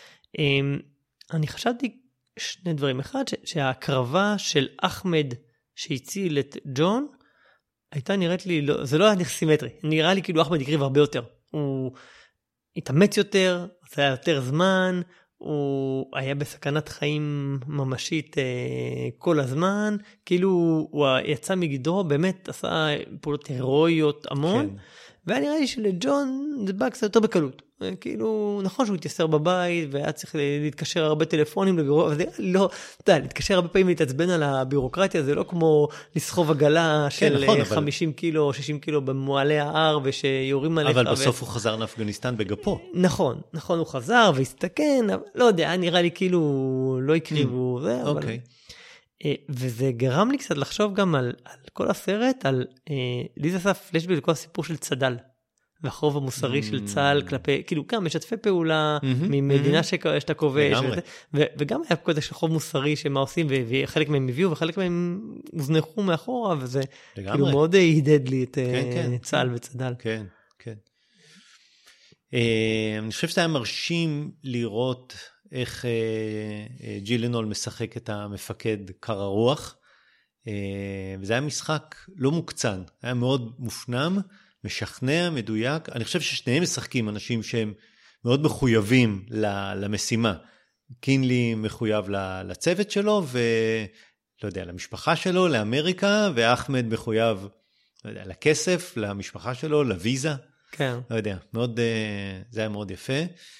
אני חשבתי שני דברים. אחד, שההקרבה של אחמד שהציל את ג'ון, הייתה נראית לי, זה לא היה סימטרי, נראה לי כאילו אחמד הקריב הרבה יותר, הוא התאמץ יותר, זה היה יותר זמן, הוא היה בסכנת חיים ממשית כל הזמן, כאילו הוא יצא מגדרו, באמת עשה פעולות הירואיות המון, והיה נראה לי שלג'ון זה בא קצת יותר בקלות, כאילו, נכון שהוא התייסר בבית, והיה צריך להתקשר הרבה טלפונים, אבל זה לא, אתה יודע, להתקשר הרבה פעמים להתעצבן על הבירוקרטיה, זה לא כמו לסחוב עגלה של 50 קילו או 60 קילו במועלי ההר, ושיורים עליך. אבל בסוף הוא חזר לאפגניסטן בגפו. נכון, הוא חזר והסתכן, לא יודע, נראה לי כאילו לא הקריבו, אוקיי. וזה גרם לי קצת לחשוב גם על כל הסרט, לי זה עשה פלשבק לכל הסיפור של צד"ל. והחוב המוסרי של צה"ל כלפי, כאילו גם משתפי פעולה ממדינה שאתה כובש, וגם היה כזה של חוב מוסרי שמה עושים, וחלק מהם הביאו וחלק מהם הוזנחו מאחורה, וזה כאילו מאוד הידד לי את צה"ל וצד"ל. כן, כן. אני חושב שזה היה מרשים לראות איך ג'ילנול משחק את המפקד קר הרוח, וזה היה משחק לא מוקצן, היה מאוד מופנם, משכנע, מדויק. אני חושב ששניהם משחקים אנשים שהם מאוד מחויבים למשימה. קינלי מחויב לצוות שלו, ולא יודע, למשפחה שלו, לאמריקה, ואחמד מחויב, לא יודע, לכסף, למשפחה שלו, לוויזה. כן. לא יודע, מאוד, זה היה מאוד יפה.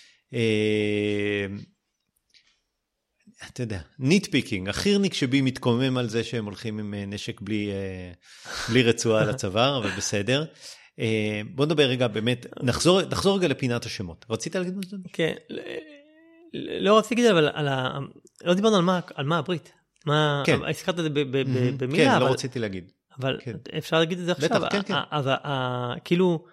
אתה יודע, ניטפיקינג, החירניק שבי מתקומם על זה שהם הולכים עם נשק בלי רצועה לצוואר, אבל בסדר. בוא נדבר רגע, באמת, נחזור רגע לפינת השמות. רצית להגיד משהו? כן, לא רציתי להגיד, אבל לא דיברנו על מה הברית. הזכרת את זה במילה. כן, לא רציתי להגיד. אבל אפשר להגיד את זה עכשיו. בטח, כן, כן. אז כאילו,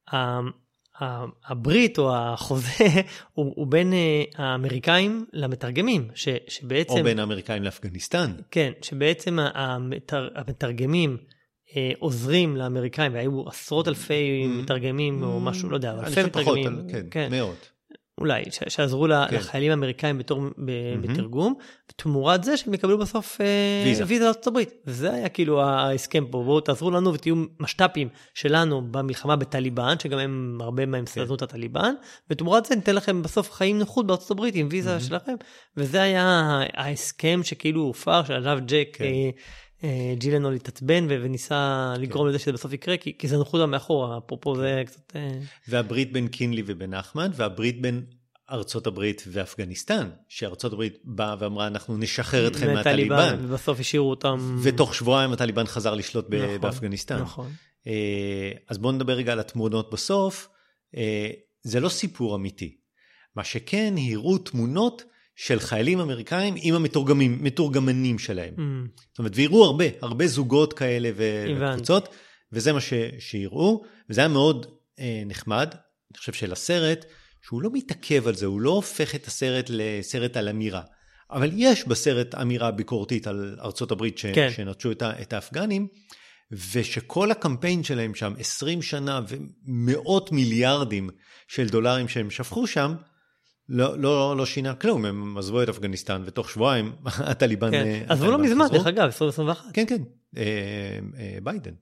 הברית או החוזה הוא בין האמריקאים למתרגמים, שבעצם... או בין האמריקאים לאפגניסטן. כן, שבעצם המתרגמים עוזרים לאמריקאים, והיו עשרות אלפי מתרגמים או משהו, לא יודע, אלפי מתרגמים. אני חושב פחות, כן, מאות. אולי, שעזרו לחיילים האמריקאים בתרגום, ותמורת זה שהם יקבלו בסוף ויזה לארצות הברית. וזה היה כאילו ההסכם פה, בואו תעזרו לנו ותהיו משת"פים שלנו במלחמה בטליבן, שגם הם הרבה מהם סרזנו את הטליבן, ותמורת זה ניתן לכם בסוף חיים נוחות בארצות הברית עם ויזה שלכם, וזה היה ההסכם שכאילו הופר, שעליו ג'ק ג'ילנול התעצבן וניסה לגרום לזה שזה בסוף יקרה, כי זה נוחות מאחורה, אפרופו זה קצת... והברית בין קינלי ובין אחמד, והברית בין ארצות הברית ואפגניסטן, שארצות הברית באה ואמרה, אנחנו נשחרר אתכם מהטליבן. ובסוף השאירו אותם... ותוך שבועיים הטליבן חזר לשלוט באפגניסטן. נכון. אז בואו נדבר רגע על התמונות בסוף. זה לא סיפור אמיתי. מה שכן, הראו תמונות של חיילים אמריקאים עם המתורגמנים שלהם. זאת אומרת, והראו הרבה זוגות כאלה וקבוצות, וזה מה שהראו, וזה היה מאוד נחמד. אני חושב שלסרט, שהוא לא מתעכב על זה, הוא לא הופך את הסרט לסרט על אמירה. אבל יש בסרט אמירה ביקורתית על ארצות הברית שנטשו את האפגנים, ושכל הקמפיין שלהם שם, 20 שנה ומאות מיליארדים של דולרים שהם שפכו שם, לא שינה כלום, הם עזבו את אפגניסטן, ותוך שבועיים הטליבן... עזבו לא מזמן, דרך אגב, 2021. כן, ביידן.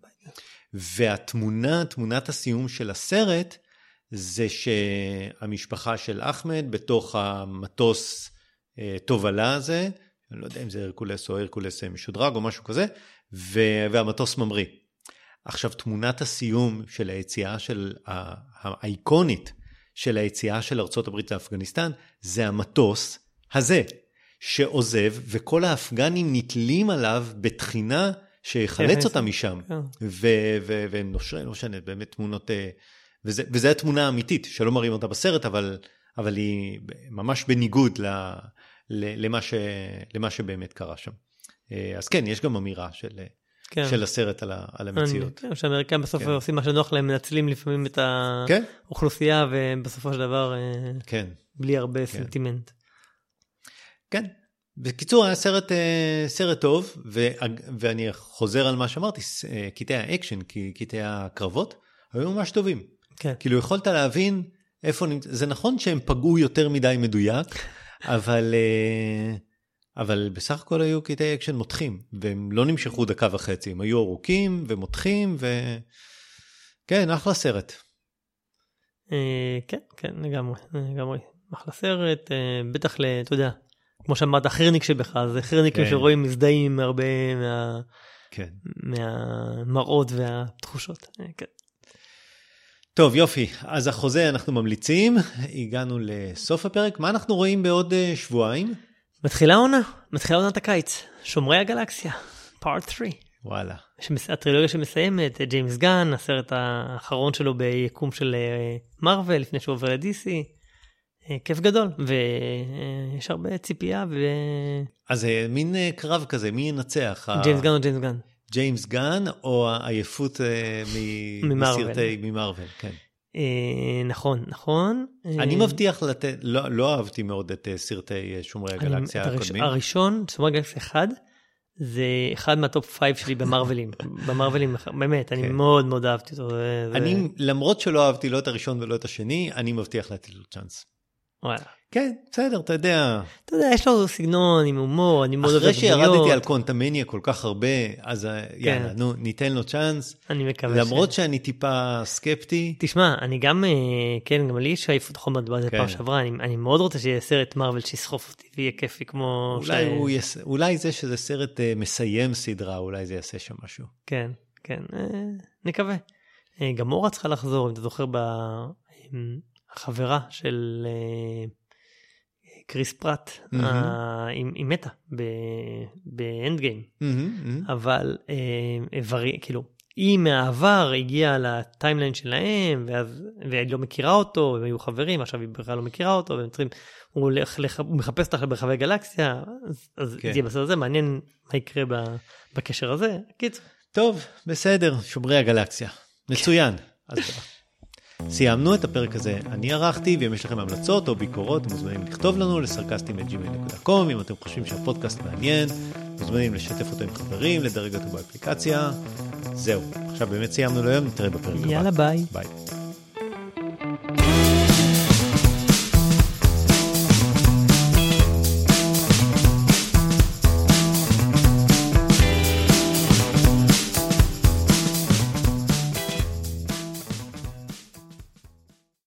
תמונת הסיום של הסרט, זה שהמשפחה של אחמד, בתוך המטוס תובלה הזה, אני לא יודע אם זה הרקולס או הרקולס משודרג או משהו כזה, והמטוס ממריא. עכשיו, תמונת הסיום של היציאה האיקונית, של היציאה של ארצות הברית לאפגניסטן, זה המטוס הזה, שעוזב, וכל האפגנים נתלים עליו בתחינה שיחלץ אותם משם. ונושרים, לא משנה, באמת תמונות, וזו התמונה האמיתית, שלא מראים אותה בסרט, אבל היא ממש בניגוד למה שבאמת קרה שם. אז כן, יש גם אמירה של הסרט על המציאות. שהאמריקאים בסוף עושים מה שנוח להם, מנצלים לפעמים את האוכלוסייה, ובסופו של דבר בלי הרבה סנטימנט. כן. בקיצור, היה סרט טוב, ואני חוזר על מה שאמרתי, קטעי האקשן, קטעי הקרבות, היו ממש טובים. כאילו יכולת להבין איפה נמצא, זה נכון שהם פגעו יותר מדי מדויק, אבל בסך הכל היו קטעי אקשן מותחים, והם לא נמשכו דקה וחצי, הם היו ארוכים ומותחים, כן, אחלה סרט. כן, לגמרי, אחלה סרט, בטח אתה יודע, כמו שאמרת, החירניק שבך, זה חירניקים שרואים מזדהים הרבה מהמראות והתחושות. טוב, יופי. אז החוזה אנחנו ממליצים. הגענו לסוף הפרק. מה אנחנו רואים בעוד שבועיים? מתחילה עונת הקיץ. שומרי הגלקסיה. פארט 3. וואלה. הטרילוגיה שמסיימת, ג'יימס גן, הסרט האחרון שלו ביקום של מרוול, לפני שהוא עובר ל-DC. כיף גדול, ויש הרבה ציפייה. אז מין קרב כזה, מי ינצח? ג'יימס גן או ג'יימס גן? ג'יימס גן או העייפות מסרטי ממרוול, כן. נכון. אני מבטיח לתת, לא אהבתי מאוד את סרטי שומרי הגלקסיה הקודמים. הראשון, שומרי הגלקסיה 1, זה אחד מהטופ 5 שלי במרוולים. במרוולים, באמת, אני מאוד מאוד אהבתי אותו. למרות שלא אהבתי לא את הראשון ולא את השני, אני מבטיח לתת לו צ'אנס. וואלה. כן, בסדר, אתה יודע. אתה יודע, יש לו סגנון עם הומור, אני מאוד אוהב אחרי שירדתי על קוונטמניה כל כך הרבה, אז יאללה, נו, ניתן לו צ'אנס. אני מקווה למרות שאני טיפה סקפטי. תשמע, אני גם, כן, גם לי יש עייפות חומר דבר פעם שעברה, אני מאוד רוצה שיהיה סרט מרוול שיסחוף אותי ויהיה כיפי כמו... אולי זה שזה סרט מסיים סדרה, אולי זה יעשה שם משהו. כן, נקווה. גם אורה צריכה לחזור, אם אתה זוכר החברה של קריס פרט, היא מתה באנד גיים, אבל כאילו, היא מהעבר הגיעה לטיימליין שלהם, והיא לא מכירה אותו, הם היו חברים, עכשיו היא בכלל לא מכירה אותו, הוא מחפש אותך ברחבי גלקסיה, אז זה בסדר הזה, מעניין מה יקרה בקשר הזה. טוב, בסדר, שומרי הגלקסיה. מצוין. אז סיימנו את הפרק הזה, אני ערכתי, ואם יש לכם המלצות או ביקורות, מוזמנים לכתוב לנו לסרקסטים@gmail.com. אם אתם חושבים שהפודקאסט מעניין, מוזמנים לשתף אותו עם חברים, לדרג אותו באפליקציה. זהו, עכשיו באמת סיימנו להיום, נתראה בפרק הבא. יאללה, ביי. ביי.